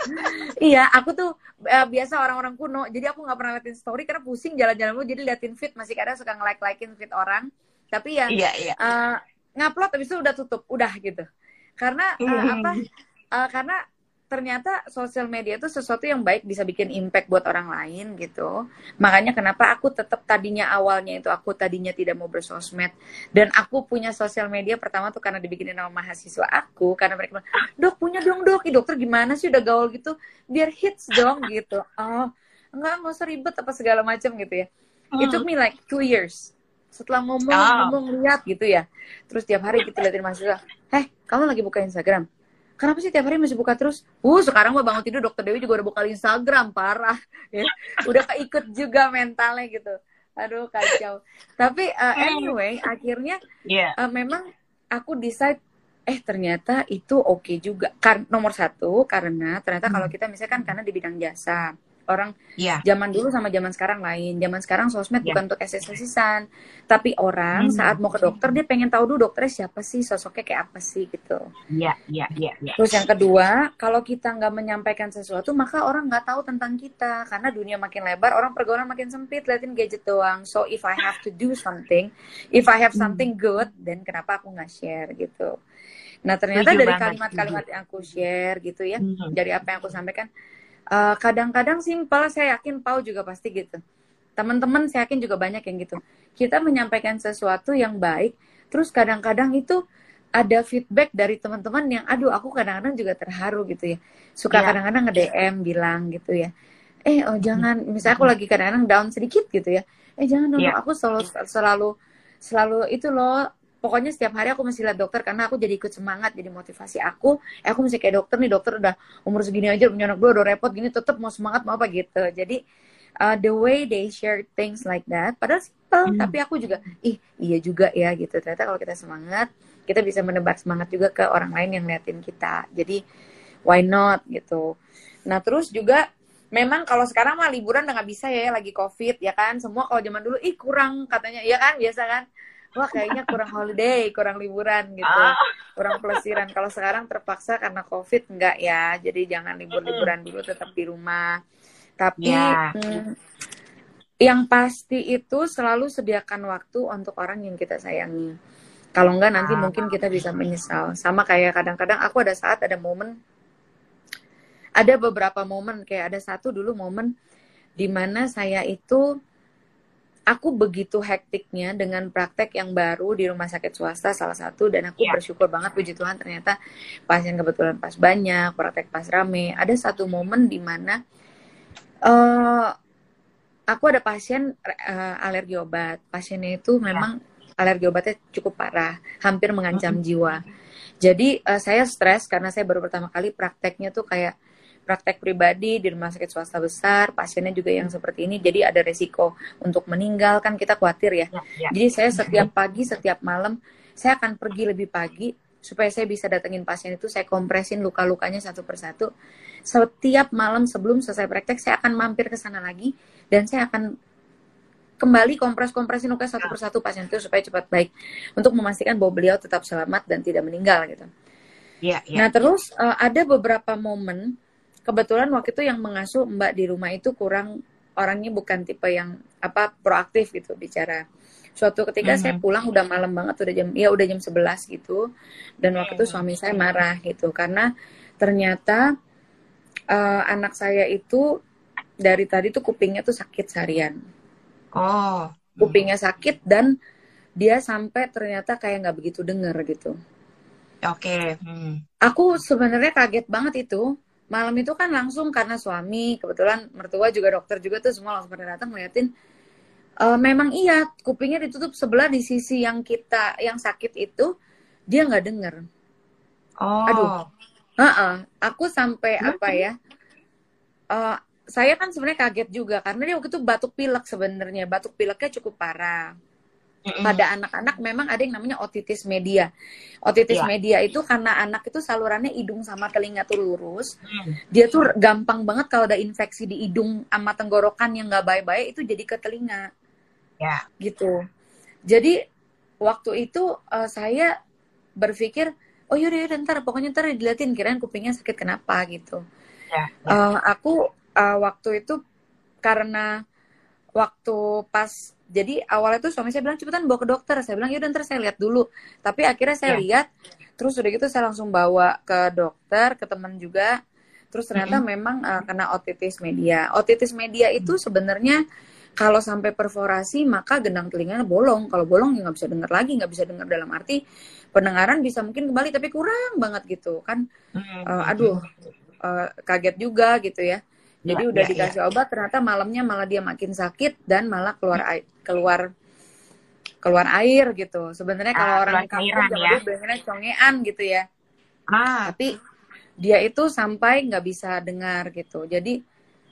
Iya, aku tuh eh, biasa orang-orang kuno. Jadi aku nggak pernah liatin story karena pusing jalan-jalan mulu. Jadi liatin feed, masih kadang suka nge-like-likein feed orang. Tapi ya Iya, iya. uh, ngupload habis itu udah tutup, udah gitu. Karena uh, Hmm. apa? Uh, karena ternyata sosial media itu sesuatu yang baik, bisa bikin impact buat orang lain gitu. Makanya kenapa aku tetap tadinya awalnya itu aku tadinya tidak mau bersosmed, dan aku punya sosial media pertama tuh karena dibikinin sama mahasiswa aku, karena mereka bilang, "Dok, punya dong, Dok. Ih, dokter gimana sih udah gaul gitu? Biar hits dong." gitu. Oh, enggak, enggak usah ribet apa segala macam gitu ya. It took me like two years. Setelah ngomong, Oh. ngomong, lihat gitu ya. Terus tiap hari kita liatin mahasiswa, "Heh, kamu lagi buka Instagram? Kenapa sih tiap hari masih buka terus?" Uh, sekarang mah bangun tidur Dokter Dewi juga udah buka Instagram, parah. Ya. Udah keikut juga mentalnya gitu. Aduh, kacau. Tapi uh, anyway, akhirnya Iya. uh, memang aku decide, eh ternyata itu oke okay juga. Kar- nomor satu, karena ternyata Hmm. kalau kita misalkan karena di bidang jasa, orang Iya. zaman dulu sama zaman sekarang lain. Zaman sekarang sosmed Ya. bukan untuk eses-esesan, tapi orang Hmm. saat mau ke dokter dia pengen tahu dulu dokternya siapa sih, sosoknya kayak apa sih gitu. Iya, iya, iya, iya. Terus yang kedua, kalau kita nggak menyampaikan sesuatu, maka orang nggak tahu tentang kita. Karena dunia makin lebar, orang pergaulan makin sempit, liatin gadget doang. So if I have to do something, if I have something good, then kenapa aku nggak share gitu. Nah ternyata Setuju dari banget, kalimat-kalimat yang aku share gitu ya, Hmm. dari apa yang aku sampaikan, uh, kadang-kadang simpel, saya yakin Pau juga pasti gitu. Teman-teman saya yakin juga banyak yang gitu. Kita menyampaikan sesuatu yang baik, terus kadang-kadang itu ada feedback dari teman-teman yang, aduh aku kadang-kadang juga terharu gitu ya. Suka Iya. kadang-kadang nge-D M bilang gitu ya. eh oh jangan, misalnya aku lagi kadang-kadang down sedikit gitu ya, eh jangan dong, Iya. aku selalu selalu selalu itu loh, pokoknya setiap hari aku mesti lihat dokter karena aku jadi ikut semangat, jadi motivasi aku, eh aku mesti kayak dokter nih, dokter udah umur segini aja punya anak dua udah repot gini tetap mau semangat mau apa gitu. Jadi uh, the way they share things like that, padahal simple, Hmm. tapi aku juga ih iya juga ya gitu, ternyata kalau kita semangat kita bisa menebar semangat juga ke orang lain yang liatin kita, jadi why not gitu. Nah terus juga memang kalau sekarang mah liburan udah nggak bisa ya, lagi covid ya kan, semua kalau zaman dulu ih kurang katanya ya kan, biasa kan, wah kayaknya kurang holiday, kurang liburan gitu, Ah. kurang pelesiran. Kalau sekarang terpaksa karena covid enggak ya, jadi jangan Mm-mm. libur-liburan dulu, tetap di rumah. Tapi Ya. hmm, yang pasti itu selalu sediakan waktu untuk orang yang kita sayangi. Kalau enggak nanti Ah. mungkin kita bisa menyesal. Sama kayak kadang-kadang aku ada saat ada momen, ada beberapa momen kayak ada satu dulu momen di mana saya itu aku begitu hektiknya dengan praktek yang baru di rumah sakit swasta salah satu, dan aku Ya. bersyukur banget puji Tuhan ternyata pasien kebetulan pas banyak, praktek pas rame. Ada satu momen di mana uh, aku ada pasien uh, alergi obat. Pasiennya itu Ya. memang alergi obatnya cukup parah, hampir mengancam Mm-mm. jiwa. Jadi uh, saya stres karena saya baru pertama kali prakteknya tuh kayak praktek pribadi di rumah sakit swasta besar, pasiennya juga yang seperti ini, jadi ada resiko untuk meninggal, kan kita khawatir ya. Ya. Ya. Jadi saya setiap pagi, setiap malam, saya akan pergi lebih pagi, supaya saya bisa datengin pasien itu, saya kompresin luka-lukanya satu persatu. Setiap malam sebelum selesai praktek, saya akan mampir ke sana lagi, dan saya akan kembali kompres-kompresin luka satu persatu pasien itu supaya cepat baik, untuk memastikan bahwa beliau tetap selamat dan tidak meninggal gitu. Ya. Ya. Nah terus uh, ada beberapa momen, kebetulan waktu itu yang mengasuh mbak di rumah itu kurang, orangnya bukan tipe yang apa proaktif gitu bicara. Suatu ketika saya Mhm. pulang udah malam banget, udah jam ya udah jam sebelas gitu, dan waktu itu Mhm. suami saya marah gitu karena ternyata uh, anak saya itu dari tadi tuh kupingnya tuh sakit seharian. Oh. Kupingnya sakit dan dia sampai ternyata kayak nggak begitu denger gitu. Oke. Hmm. Aku sebenarnya kaget banget itu. Malam itu kan langsung karena suami, kebetulan mertua juga dokter juga tuh, semua langsung pada datang ngeliatin. E, memang iya, kupingnya ditutup sebelah di sisi yang kita, yang sakit itu, dia nggak denger. Aduh, Oh. uh-uh, aku sampai Terus, apa ya, uh, saya kan sebenarnya kaget juga, karena dia waktu itu batuk pilek sebenarnya, batuk pileknya cukup parah. Mm-mm. Pada anak-anak memang ada yang namanya otitis media. Otitis Iya. media itu karena anak itu salurannya hidung sama telinga tuh lurus. Hmm. Dia tuh gampang banget kalau ada infeksi di hidung sama tenggorokan yang nggak baik-baik itu jadi ke telinga. Ya. Gitu. Jadi waktu itu uh, saya berpikir, oh yaudah yaudah ntar pokoknya ntar diliatin, kirain kupingnya sakit kenapa gitu. Ya. Ya. Uh, aku uh, waktu itu karena waktu pas, jadi awalnya tuh suami saya bilang cepetan bawa ke dokter, saya bilang yaudah ntar saya lihat dulu, tapi akhirnya saya Ya. lihat, terus udah gitu saya langsung bawa ke dokter, ke teman juga, terus ternyata Mm-mm. memang uh, kena otitis media. Otitis media itu sebenarnya kalau sampai perforasi maka gendang telinganya bolong, kalau bolong ya nggak bisa dengar lagi, nggak bisa dengar dalam arti pendengaran bisa mungkin kembali tapi kurang banget gitu kan. Uh, aduh uh, kaget juga gitu ya. Jadi Ya, udah ya, dikasih ya. obat, ternyata malamnya malah dia makin sakit dan malah keluar air, keluar keluar air gitu. Sebenarnya kalau Ah, orang keluar di kampung cairan zaman ya. dulu biasanya congean gitu ya. Ah. Tapi dia itu sampai nggak bisa dengar gitu. Jadi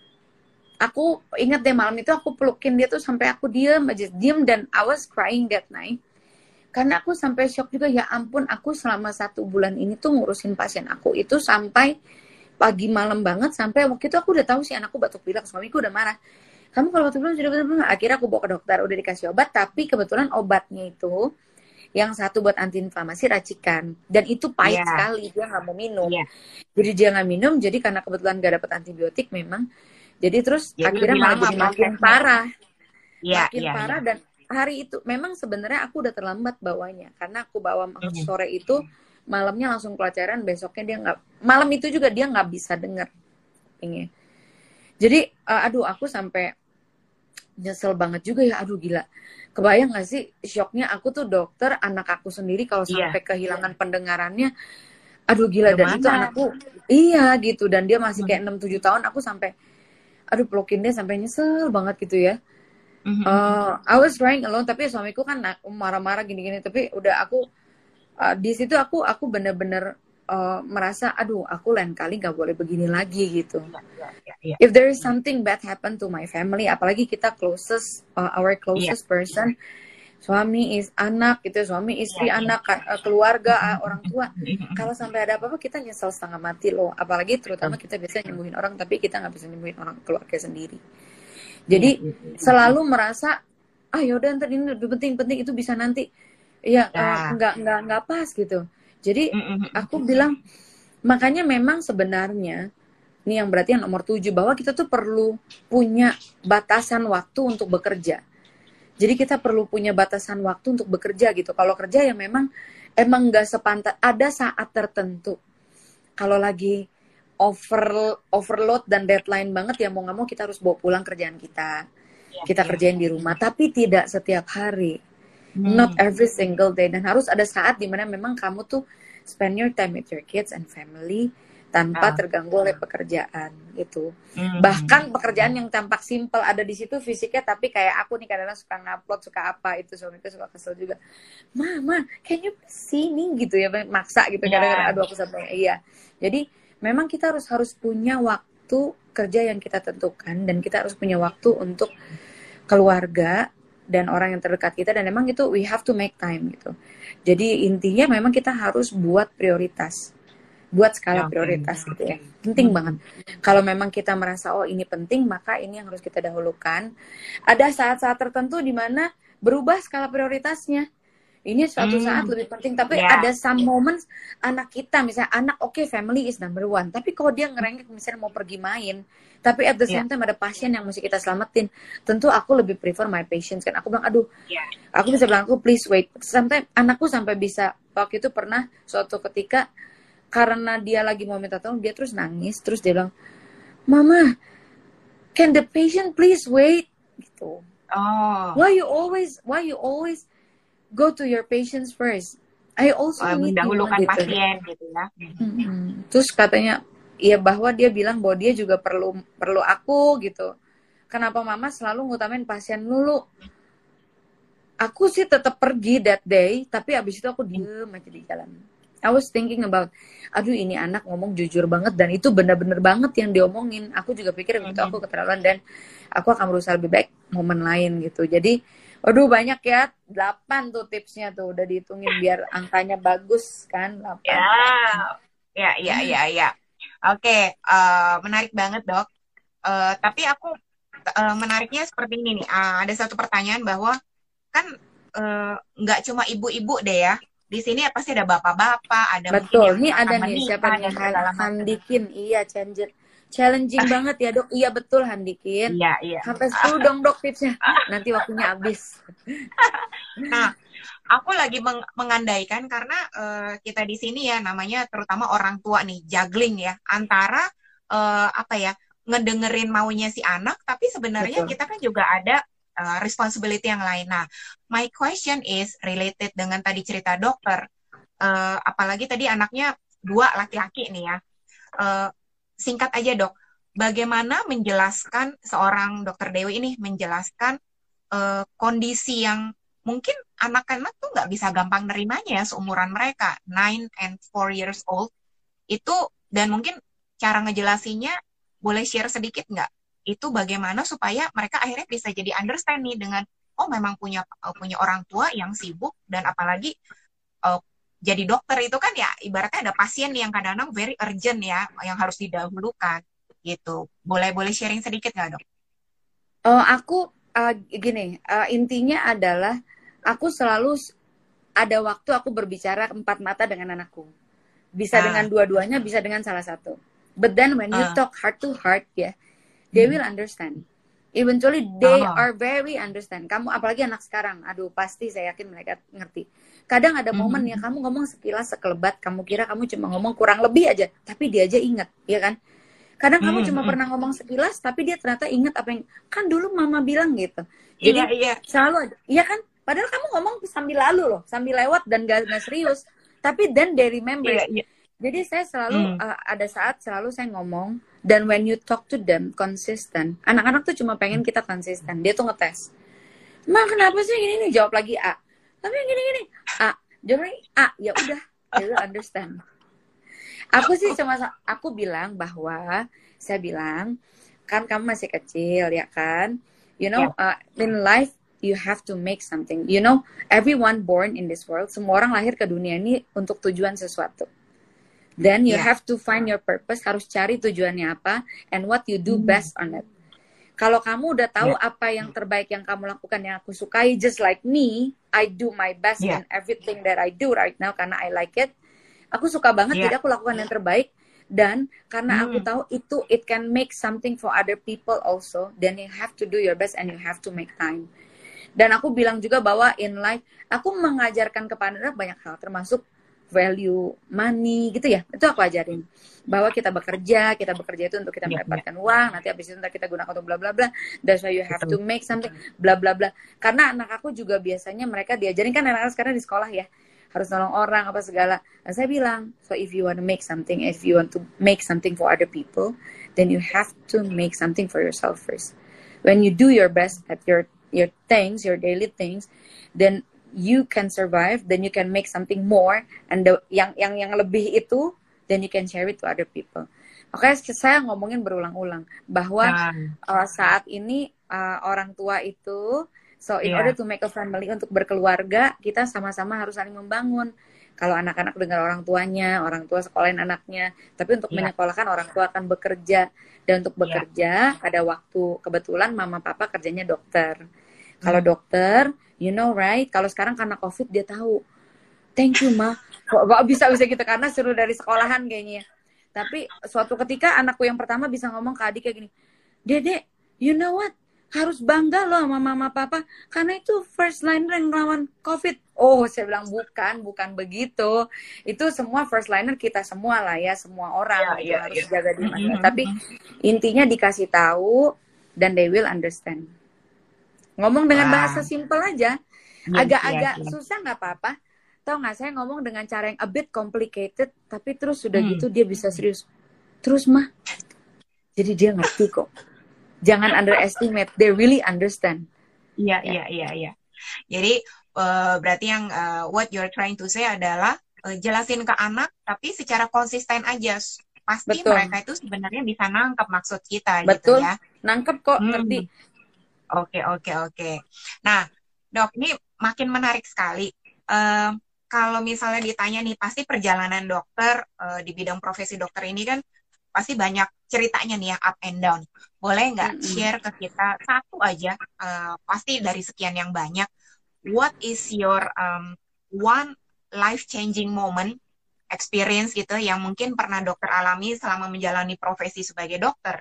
aku ingat deh malam itu aku pelukin dia tuh sampai aku diem aja, diem, dan I was crying that night. Karena aku sampai shock juga, ya ampun, aku selama satu bulan ini tuh ngurusin pasien aku itu sampai pagi malam banget, sampai waktu itu aku udah tahu sih anakku batuk pilek, suamiku udah marah. Kamu kalau batuk pilek sudah benar-benar, akhirnya aku bawa ke dokter, udah dikasih obat, tapi kebetulan obatnya itu yang satu buat antiinflamasi racikan, dan itu pahit Ya. sekali, dia nggak mau minum. Ya. Jadi dia nggak minum, jadi karena kebetulan nggak dapet antibiotik memang, jadi terus Jadi akhirnya lebih malah lama jadi makin prosesnya. parah, Ya, makin ya, parah ya. dan hari itu memang sebenarnya aku udah terlambat bawanya, karena aku bawa Mm. sore itu, malamnya langsung pelajaran, besoknya dia nggak, malam itu juga dia nggak bisa dengar ini. Jadi uh, aduh aku sampai nyesel banget juga ya, aduh gila, kebayang nggak sih shocknya aku tuh dokter, anak aku sendiri kalau Iya. sampai kehilangan pendengarannya, aduh gila. Dan Gimana? itu anakku iya gitu, dan dia masih kayak Hmm. enam tujuh tahun, aku sampai aduh pelukin dia sampai nyesel banget gitu ya. Mhm. Uh, I was crying alone, tapi suamiku kan marah-marah gini-gini, tapi udah aku uh, di situ aku aku bener-bener uh, merasa aduh aku lain kali nggak boleh begini lagi gitu. Iya, iya, iya, iya. If there is something bad happen to my family, apalagi kita closest uh, our Iya, closest person, suami is anak gitu, suami iya, istri iya. anak uh, keluarga uh, Mhm, orang tua, mhm, mhm. kalau sampai ada apa-apa kita nyesel setengah mati loh, apalagi Betul. terutama kita bisa nyembuhin orang tapi kita nggak bisa nyembuhin orang keluarga sendiri. Iya, Jadi iya, iya. selalu merasa ah yaudah ntar ini lebih penting penting itu bisa nanti ya uh, Ya. nggak nggak nggak pas gitu. Jadi Mhm, mhm. aku bilang makanya memang sebenarnya ini yang berarti yang nomor tujuh bahwa kita tuh perlu punya batasan waktu untuk bekerja. Jadi kita perlu punya batasan waktu untuk bekerja gitu. Kalau kerja ya memang emang nggak sepantas, ada saat tertentu. Kalau lagi over overload dan deadline banget ya mau nggak mau kita harus bawa pulang kerjaan kita. Iya, Kita iya. kerjain di rumah, tapi tidak setiap hari. Not Hmm. every single day. Dan harus ada saat dimana memang kamu tuh spend your time with your kids and family tanpa Ah. terganggu oleh pekerjaan gitu. Hmm. Bahkan pekerjaan yang tampak simple ada di situ fisiknya, tapi kayak aku nih kadang-kadang suka ngupload, suka apa itu suamiku suka kesel juga. Mama, can you sini gitu ya, maksa gitu Ya. kadang-kadang aduh aku sampai iya. Jadi memang kita harus harus punya waktu kerja yang kita tentukan dan kita harus punya waktu untuk keluarga dan orang yang terdekat kita dan memang itu we have to make time gitu. Jadi intinya memang kita harus buat prioritas. Buat skala Ya, oke. prioritas gitu ya. Penting Hmm. banget. Kalau memang kita merasa oh ini penting, maka ini yang harus kita dahulukan. Ada saat-saat tertentu di mana berubah skala prioritasnya. Ini suatu Hmm. saat lebih penting, tapi Ya. ada some moments anak kita, misalnya anak oke okay, family is number one, tapi kalau dia ngerengek misalnya mau pergi main, tapi at the Ya. same time ada pasien yang mesti kita selamatin, tentu aku lebih prefer my patients kan. Aku bilang aduh, Ya. aku bisa bilang aku please wait. Sampai anakku sampai bisa waktu itu pernah suatu ketika karena dia lagi mau minta tolong, dia terus nangis, terus dia bilang, Mama, can the patient please wait? Gitu. Oh. Why you always, why you always go to your patients first? I also Oh, need you mendahulukan gitu. pasien gitu ya. Hmm. Terus katanya, ya bahwa dia bilang bahwa dia juga perlu perlu aku gitu. Kenapa Mama selalu ngutamain pasien dulu? Aku sih tetap pergi that day, tapi abis itu aku diem aja di jalan. I was thinking about, aduh ini anak ngomong jujur banget dan itu benar-benar banget yang diomongin. Aku juga pikir begitu aku keterlaluan dan aku akan berusaha lebih baik momen lain gitu. Jadi, aduh banyak ya, delapan tuh tipsnya tuh udah dihitungin biar angkanya bagus kan, delapan. Ya, ya, ya, ya, ya. Oke, uh, menarik banget dok. Uh, tapi aku uh, menariknya seperti ini nih. Uh, ada satu pertanyaan bahwa kan nggak uh, cuma ibu-ibu deh ya. Di sini ya pasti ada bapak-bapak, ada betul. Mungkin Nih yang ada akan nih menikah, siapa nih dan Handikin, iya challenge, challenging banget ya dok. Iya betul Handikin. Iya iya. Sampai sepuluh dong dok tipsnya. Nanti waktunya habis. Nah, aku lagi meng mengandaikan karena uh, kita di sini ya namanya terutama orang tua nih juggling ya antara uh, apa ya ngedengerin maunya si anak, tapi sebenarnya betul. kita kan juga ada Uh, responsibility yang lain. Nah, my question is related dengan tadi cerita dokter. Uh, apalagi tadi anaknya dua laki-laki nih ya. Uh, singkat aja dok, bagaimana menjelaskan seorang dokter Dewi ini menjelaskan uh, kondisi yang mungkin anak-anak tuh nggak bisa gampang nerimanya ya seumuran mereka, nine and four years old itu, dan mungkin cara ngejelasinnya boleh share sedikit nggak? Itu bagaimana supaya mereka akhirnya bisa jadi understand nih dengan oh memang punya uh, punya orang tua yang sibuk dan apalagi uh, jadi dokter itu kan ya ibaratnya ada pasien yang kadang-kadang very urgent ya yang harus didahulukan gitu. Boleh boleh sharing sedikit nggak dok? Oh aku uh, gini uh, intinya adalah aku selalu ada waktu aku berbicara empat mata dengan anakku. Bisa ah. dengan dua-duanya, bisa dengan salah satu. But then when you ah. talk heart to heart ya. They will understand. Eventually they oh. are very understand. Kamu apalagi anak sekarang, aduh pasti saya yakin mereka ngerti. Kadang ada momen mm-hmm. ya kamu ngomong sekilas sekelebat, kamu kira kamu cuma ngomong kurang lebih aja, tapi dia aja ingat, ya kan? Kadang mm-hmm. kamu cuma pernah ngomong sekilas, tapi dia ternyata ingat apa yang kan dulu mama bilang gitu. Jadi iya, iya. selalu, iya kan? Padahal kamu ngomong sambil lalu loh, sambil lewat dan gak, gak serius. Tapi then they remember. Iya, iya. Jadi saya selalu Hmm. uh, ada saat selalu saya ngomong, dan when you talk to them consistent, anak-anak tuh cuma pengen kita konsisten. Dia tuh ngetes. Ma kenapa sih gini nih? Jawab lagi A. Tapi yang gini-gini A. Jawab lagi A. Ya udah, they will understand. Aku sih cuma aku bilang bahwa saya bilang kan kamu masih kecil ya kan. You know, uh, in life you have to make something. You know, everyone born in this world, semua orang lahir ke dunia ini untuk tujuan sesuatu. Then you Yeah. have to find your purpose, harus cari tujuannya apa, and what you do best on it. Kalau kamu udah tahu Yeah. apa yang terbaik yang kamu lakukan, yang aku sukai, just like me, I do my best Yeah. in everything that I do right now karena I like it. Aku suka banget, Yeah. jadi aku lakukan yang terbaik. Dan karena aku Hmm. tahu itu it can make something for other people also, then you have to do your best and you have to make time. Dan aku bilang juga bahwa in life, aku mengajarkan kepada anak banyak hal, termasuk value money gitu ya. Itu aku ajarin. Bahwa kita bekerja, kita bekerja itu untuk kita Yeah, mendapatkan uang, nanti habis itu ntar kita gunakan untuk bla bla bla. That's why you have to Betul. make something, bla bla bla. Karena anak aku juga biasanya mereka diajarin, kan anak-anak sekarang di sekolah ya, harus nolong orang apa segala. Dan saya bilang, so if you want to make something, if you want to make something for other people, then you have to make something for yourself first. When you do your best at your your things, your daily things, then you can survive, then you can make something more, and the, yang yang yang lebih itu, then you can share it to other people. Oke, saya ngomongin berulang-ulang bahwa Nah, uh, saat ini uh, orang tua itu, so in Iya. order to make a family, untuk berkeluarga, kita sama-sama harus saling membangun. Kalau anak-anak dengar orang tuanya, orang tua sekolahin anaknya, tapi untuk Iya. menyekolahkan orang tua akan bekerja. Dan untuk Iya. bekerja, ada waktu, kebetulan mama papa kerjanya dokter. Kalau Hmm. dokter, you know right, kalau sekarang karena COVID dia tahu. Thank you, Ma. Kok bisa-bisa gitu, karena suruh dari sekolahan kayaknya. Tapi suatu ketika anakku yang pertama bisa ngomong ke adik kayak gini, Dede, you know what? Harus bangga loh sama mama papa, karena itu first liner yang ngelawan COVID. Oh, saya bilang bukan, bukan begitu. Itu semua first liner kita semua lah ya, semua orang Iya, gitu iya, harus iya. jaga diri masing-masing. Mhm. Tapi intinya dikasih tahu dan they will understand. Ngomong dengan Wah. bahasa simple aja, Yes, agak-agak yes, yes. susah nggak apa-apa. Tahu nggak, saya ngomong dengan cara yang a bit complicated, tapi terus sudah Hmm. gitu dia bisa serius. Terus mah, jadi dia ngerti kok. Jangan underestimate, they really understand. Iya, Ya. iya, iya, iya. Jadi eh, berarti yang eh, what you're trying to say adalah eh, jelasin ke anak, tapi secara konsisten aja. Pasti Betul. mereka itu sebenarnya bisa nangkep maksud kita Betul, gitu ya. nangkep kok, Hmm. ngerti. Oke, oke, oke. Nah, Dok, ini makin menarik sekali. Eh, kalau misalnya ditanya nih, pasti perjalanan dokter eh, di bidang profesi dokter ini kan pasti banyak ceritanya nih ya, up and down. Boleh nggak Mm-mm. share ke kita satu aja, eh, pasti dari sekian yang banyak, what is your um, one life-changing moment, experience gitu, yang mungkin pernah dokter alami selama menjalani profesi sebagai dokter?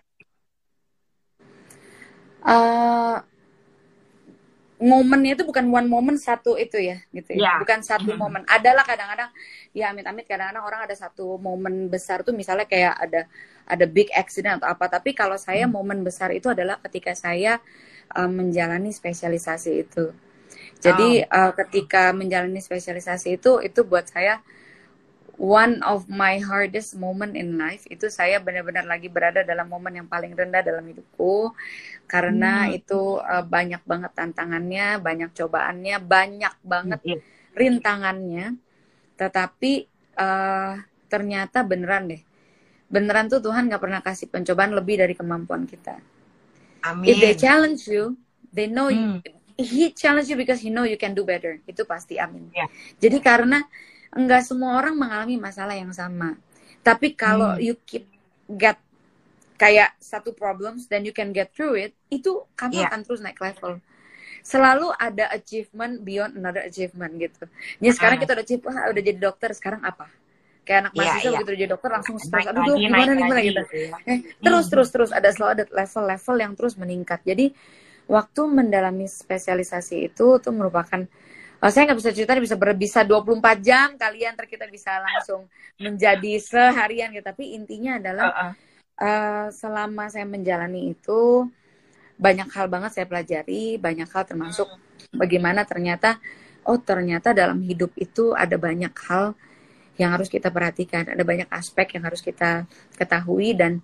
Uh, momennya itu bukan one moment satu itu ya, gitu ya. Ya. Bukan satu Mhm. momen. Adalah kadang-kadang, ya amit-amit kadang-kadang orang ada satu momen besar tuh, misalnya kayak ada ada big accident atau apa. Tapi kalau saya Hmm. momen besar itu adalah ketika saya uh, menjalani spesialisasi itu. Jadi uh, ketika menjalani spesialisasi itu, itu buat saya one of my hardest moment in life. Itu saya benar-benar lagi berada dalam momen yang paling rendah dalam hidupku, karena Hmm. itu uh, banyak banget tantangannya, banyak cobaannya, banyak banget Iya. rintangannya. Tetapi uh, ternyata beneran deh, beneran tuh Tuhan gak pernah kasih pencobaan lebih dari kemampuan kita. If they Amin. challenge you, they know Hmm. he challenge you because he know you can do better. Itu pasti, amin. Ya. Jadi karena enggak semua orang mengalami masalah yang sama. Tapi kalau Hmm. you keep get kayak satu problems dan you can get through it, itu kamu Iya. akan terus naik level. Selalu ada achievement beyond another achievement gitu. Ya sekarang Ah. kita udah achieve, wah, udah jadi dokter, sekarang apa? Kayak anak Iya, mahasiswa iya. begitu jadi dokter langsung stres. Naik Aduh, Dok, lagi, gimana naik nih, gimana lagi gitu. gitu ya. Eh, terus Hmm. terus terus ada selalu ada level-level yang terus meningkat. Jadi waktu mendalami spesialisasi itu tuh merupakan, oh, saya nggak bisa cerita, bisa ber, bisa dua puluh empat jam kalian, ntar kita bisa langsung menjadi seharian gitu. Tapi intinya adalah Uh-uh. uh, selama saya menjalani itu banyak hal banget saya pelajari, banyak hal termasuk bagaimana ternyata, oh ternyata dalam hidup itu ada banyak hal yang harus kita perhatikan. Ada banyak aspek yang harus kita ketahui dan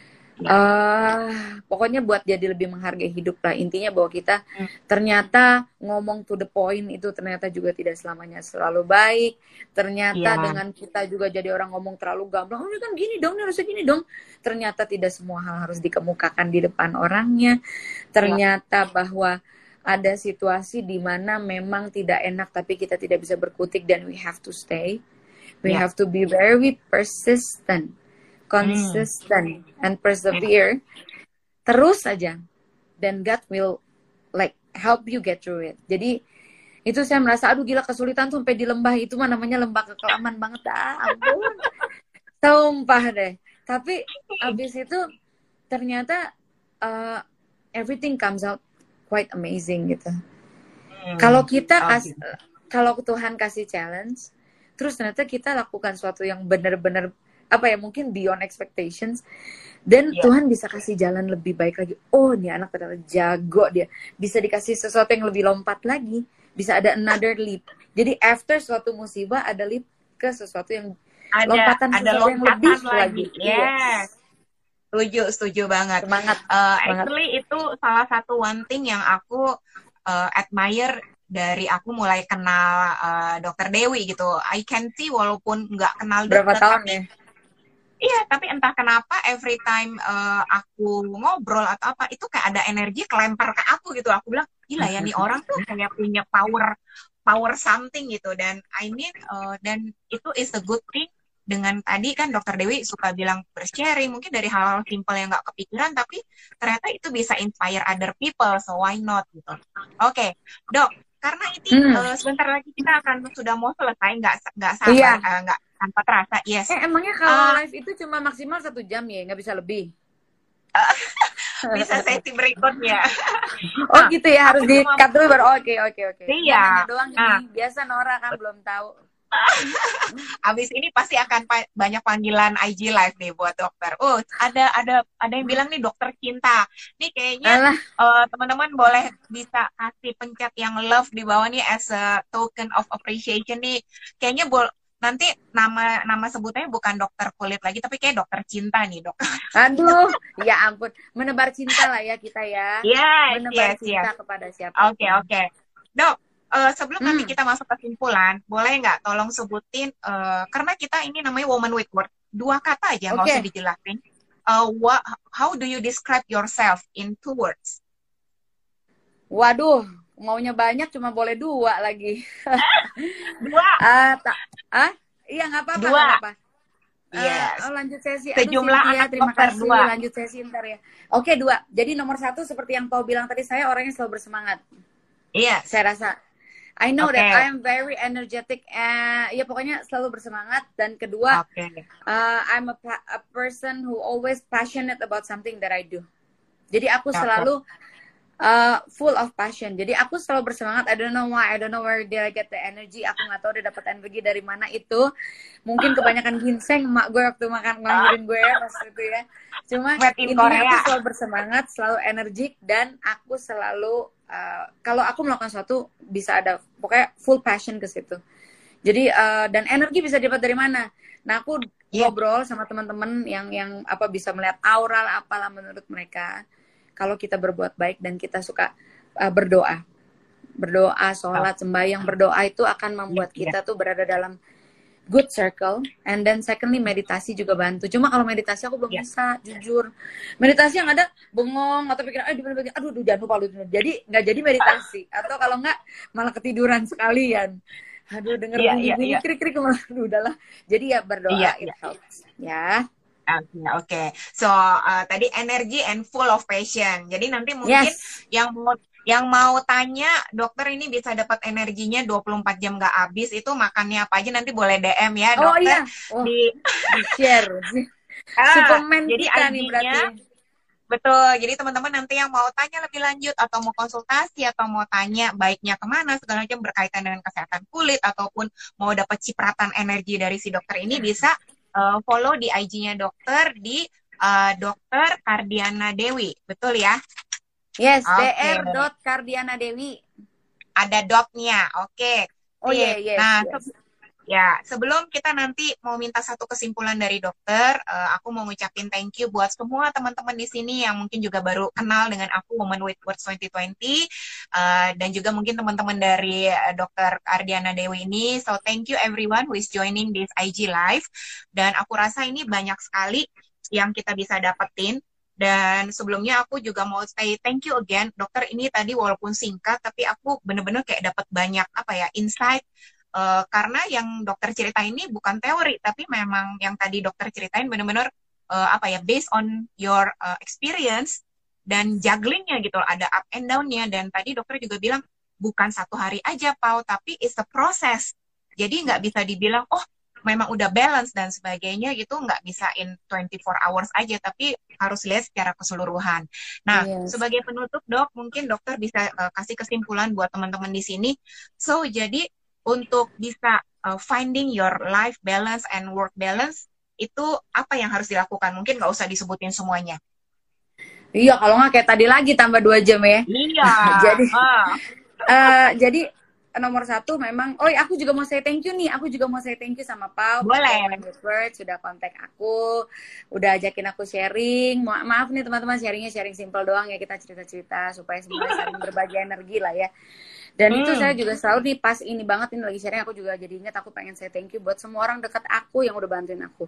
uh, pokoknya buat jadi lebih menghargai hidup lah. Intinya bahwa kita ternyata ngomong to the point itu ternyata juga tidak selamanya selalu baik. Ternyata Iya. dengan kita juga jadi orang ngomong terlalu gamblang, oh ini kan gini dong, ini harusnya gini dong. Ternyata tidak semua hal harus dikemukakan di depan orangnya. Ternyata bahwa ada situasi di mana memang tidak enak tapi kita tidak bisa berkutik dan we have to stay. We Yeah. have to be very persistent, consistent, and persevere. Terus aja. Dan God will like help you get through it. Jadi itu saya merasa aduh gila kesulitan tuh sampai di lembah itu mah namanya lembah kekelaman banget dah. Ampun. Sumpah deh. Tapi abis itu ternyata uh, everything comes out quite amazing gitu. Hmm. Kalau kita Oh, kas, gitu. kalau Tuhan kasih challenge, terus ternyata kita lakukan sesuatu yang benar-benar apa ya mungkin beyond expectations, dan Iya. Tuhan bisa kasih jalan lebih baik lagi. Oh, ini anak ternyata jago dia. Bisa dikasih sesuatu yang lebih lompat lagi. Bisa ada another leap. Jadi after suatu musibah ada leap ke sesuatu yang Ada lompatan ada sesuatu yang lompatan lebih lagi. lagi. Yes. Setuju, setuju banget. Semangat. Uh, Semangat. actually itu salah satu one thing yang aku uh, admire dari aku mulai kenal uh, dokter Dewi gitu. I can see walaupun nggak kenal Berapa deket, tahun tapi ya? iya, tapi entah kenapa every time uh, aku ngobrol atau apa itu kayak ada energi kelempar ke aku gitu. Aku bilang gila ya nih orang tuh kayak punya power power something gitu. Dan I mean uh, dan itu is a good thing. Dengan tadi kan dokter Dewi suka bilang bersharing mungkin dari hal-hal simple yang nggak kepikiran tapi ternyata itu bisa inspire other people, so why not gitu. Oke, okay. Dok, karena ini Hmm. uh, sebentar lagi kita akan sudah mau selesai, nggak nggak sabar, Iya. uh, nggak tanpa terasa, yes. Eh emangnya kalau Uh, live itu cuma maksimal satu jam ya, nggak bisa lebih? bisa sesi berikutnya. Oh Nah, gitu ya, harus aku di cuma cut dulu baru oke oke oke. iya. Nanya doang Nah, ini. Biasa Nora kan belum tahu. abis ini pasti akan pa- banyak panggilan I G live nih buat dokter. Oh, ada ada ada yang bilang nih dokter cinta. Nih kayaknya Alah, uh, teman-teman boleh bisa kasih pencet yang love di bawah nih as a token of appreciation nih. Kayaknya bol nanti nama nama sebutnya bukan dokter kulit lagi tapi kayak dokter cinta nih, Dok. aduh, ya ampun. Menebar cinta lah ya kita ya. Yes, Menebar yes, cinta yes. kepada Oke, siapapun. oke. Dok, uh, sebelum nanti Hmm, kita masuk kesimpulan, boleh nggak tolong sebutin, uh, karena kita ini namanya Woman with Word, dua kata aja, nggak oke. usah dijelasin. Uh, what, how do you describe yourself in two words? Waduh, maunya banyak cuma boleh dua lagi. Dua, Ah, tak, ah, iya nggak apa-apa, dua. nggak apa-apa. Eh, Yes. oh lanjut sesi. Aduh Sejumlah Cynthia, anak terima dokter, kasih. dua. Lanjut sesi ntar ya. Oke, dua. Jadi nomor satu seperti yang Pau bilang tadi, saya orangnya selalu bersemangat. Yes. Saya rasa. I know Oke. that I am very energetic. Uh, ya pokoknya selalu bersemangat. Dan kedua, Oke. uh, I'm a, pa- a person who always passionate about something that I do. Jadi aku Oke. selalu uh, full of passion. Jadi aku selalu bersemangat. I don't know why. I don't know where did I get the energy. Aku nggak tahu dia dapat energi dari mana itu. Mungkin kebanyakan ginseng emak gue waktu makan ngelahirin gue ya pas itu ya. Cuma Made in intinya aku Korea. selalu bersemangat, selalu energik, dan aku selalu uh, kalau aku melakukan sesuatu bisa ada pokoknya full passion ke situ. Jadi uh, dan energi bisa dapat dari mana? Nah aku Iya. ngobrol sama teman-teman yang yang apa bisa melihat aura lah apalah menurut mereka. Kalau kita berbuat baik dan kita suka uh, berdoa, berdoa, sholat, sembahyang, berdoa itu akan membuat Iya, iya. kita tuh berada dalam good circle. And then secondly meditasi juga bantu. Cuma kalau meditasi aku belum Iya. bisa, jujur. Meditasi yang ada bengong atau pikiran, eh di aduh aduh jangan lupa lupa. Jadi nggak jadi meditasi. Atau kalau nggak malah ketiduran sekalian. Aduh denger Iya, iya, bunyi-bunyi iya. krik-krik malah aduh udahlah. Jadi ya berdoa Iya, it iya. helps. Ya. Oke, oke. So, uh, tadi energy and full of passion. Jadi nanti mungkin Yes. yang mau yang mau tanya, dokter ini bisa dapat energinya dua puluh empat jam nggak habis, itu makannya apa aja nanti boleh D M ya, Oh dokter. iya. Oh, Di di-share. ah, Suplemen jadi kita nih I G-nya berarti. betul. Jadi teman-teman nanti yang mau tanya lebih lanjut atau mau konsultasi atau mau tanya baiknya kemana segala macam berkaitan dengan kesehatan kulit ataupun mau dapat cipratan energi dari si dokter ini bisa uh, follow di I G-nya dokter di uh, dokter Kardiana Dewi. Betul ya? Yes, Oke. dr. Kardiana Dewi. Ada dotnya. Oke. Oh Sip. iya, yes, Nah, yes. se- Ya, sebelum kita nanti mau minta satu kesimpulan dari dokter, eh, aku mau ngucapin thank you buat semua teman-teman di sini yang mungkin juga baru kenal dengan aku Women with Words dua ribu dua puluh, eh, dan juga mungkin teman-teman dari eh, dokter Ardiana Dewi ini. So thank you everyone who is joining this I G live. Dan aku rasa ini banyak sekali yang kita bisa dapetin. Dan sebelumnya aku juga mau say thank you again, dokter. Ini tadi walaupun singkat, tapi aku bener-bener kayak dapat banyak apa ya insight. Uh, karena yang dokter cerita ini bukan teori, tapi memang yang tadi dokter ceritain benar-benar uh, apa ya, based on your uh, experience dan jugglingnya gitu, ada up and down-nya. Dan tadi dokter juga bilang bukan satu hari aja, Pau, tapi it's a process. Jadi nggak bisa dibilang, oh memang udah balance dan sebagainya gitu, nggak bisa in twenty-four hours aja, tapi harus lihat secara keseluruhan. Nah, Yes. sebagai penutup, dok, mungkin dokter bisa uh, kasih kesimpulan buat teman-teman di sini. So, jadi untuk bisa uh, finding your life balance and work balance, itu apa yang harus dilakukan? Mungkin nggak usah disebutin semuanya. Iya, kalau nggak kayak tadi lagi tambah dua jam ya. Iya. Jadi, Ah. uh, jadi nomor satu memang, oh iya, aku juga mau say thank you nih. Aku juga mau say thank you sama Pau, Boleh. Women with Words, sudah kontak aku, udah ajakin aku sharing. Ma maaf nih teman-teman, sharingnya sharing simple doang ya, kita cerita-cerita supaya semuanya saling berbagi energi lah ya. Dan hmm. itu saya juga selalu nih pas ini banget ini lagi sharing, aku juga jadi ingat aku pengen say thank you buat semua orang dekat aku yang udah bantuin aku.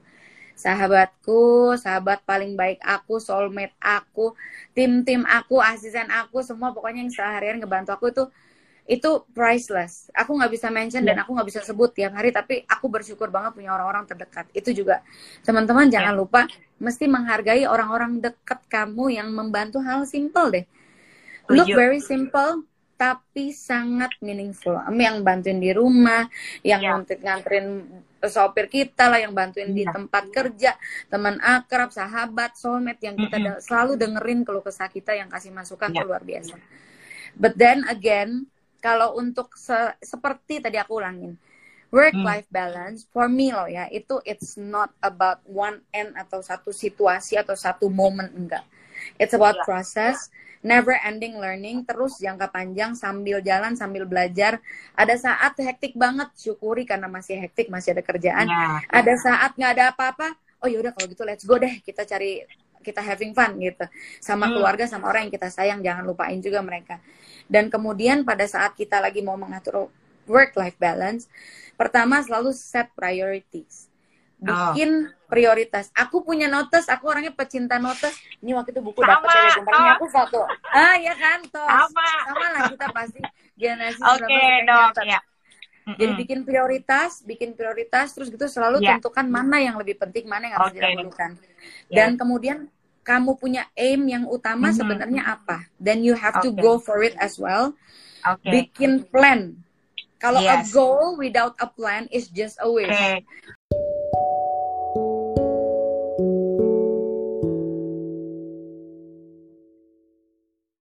Sahabatku, sahabat paling baik aku, soulmate aku, tim-tim aku, asisten aku, semua pokoknya yang seharian ngebantu aku itu itu priceless. Aku nggak bisa mention yeah. dan aku nggak bisa sebut tiap hari, tapi aku bersyukur banget punya orang-orang terdekat. Itu juga teman-teman jangan yeah. lupa mesti menghargai orang-orang dekat kamu yang membantu hal simple deh. Look very simple tapi sangat meaningful. Yang bantuin di rumah, yang yeah. nganterin sopir kita lah, yang bantuin yeah. di tempat kerja, teman akrab, sahabat, soulmate yang kita mm-hmm. selalu dengerin keluh kesah kita, yang kasih masukan yeah. tuh luar biasa. But then again, kalau untuk se- seperti tadi aku ulangin, work-life balance, for me loh ya, itu it's not about one end atau satu situasi atau satu moment, enggak. It's about yeah. process, never ending learning, terus jangka panjang sambil jalan, sambil belajar. Ada saat hektik banget, syukuri karena masih hektik, masih ada kerjaan. Yeah. Ada saat nggak ada apa-apa, oh yaudah kalau gitu let's go deh, kita cari, kita having fun gitu. Sama keluarga, sama orang yang kita sayang, jangan lupain juga mereka. Dan kemudian pada saat kita lagi mau mengatur work-life balance, pertama selalu set priorities. Bikin oh. prioritas. Aku punya notes, aku orangnya pecinta notes. Ini waktu itu buku dapat dari kemarin aku foto. Ah ya kan, tos. Sama. Sama lah kita pasti generasi Oke, okay, dok. Ya. Jadi bikin prioritas, bikin prioritas, terus gitu selalu yeah. tentukan mana yang lebih penting, mana yang harus okay. didahulukan. Dan yeah. kemudian kamu punya aim yang utama mm-hmm. sebenarnya apa? Then you have okay. to go for it as well. Okay. Bikin plan. Kalau yes. a goal without a plan is just a wish. Okay.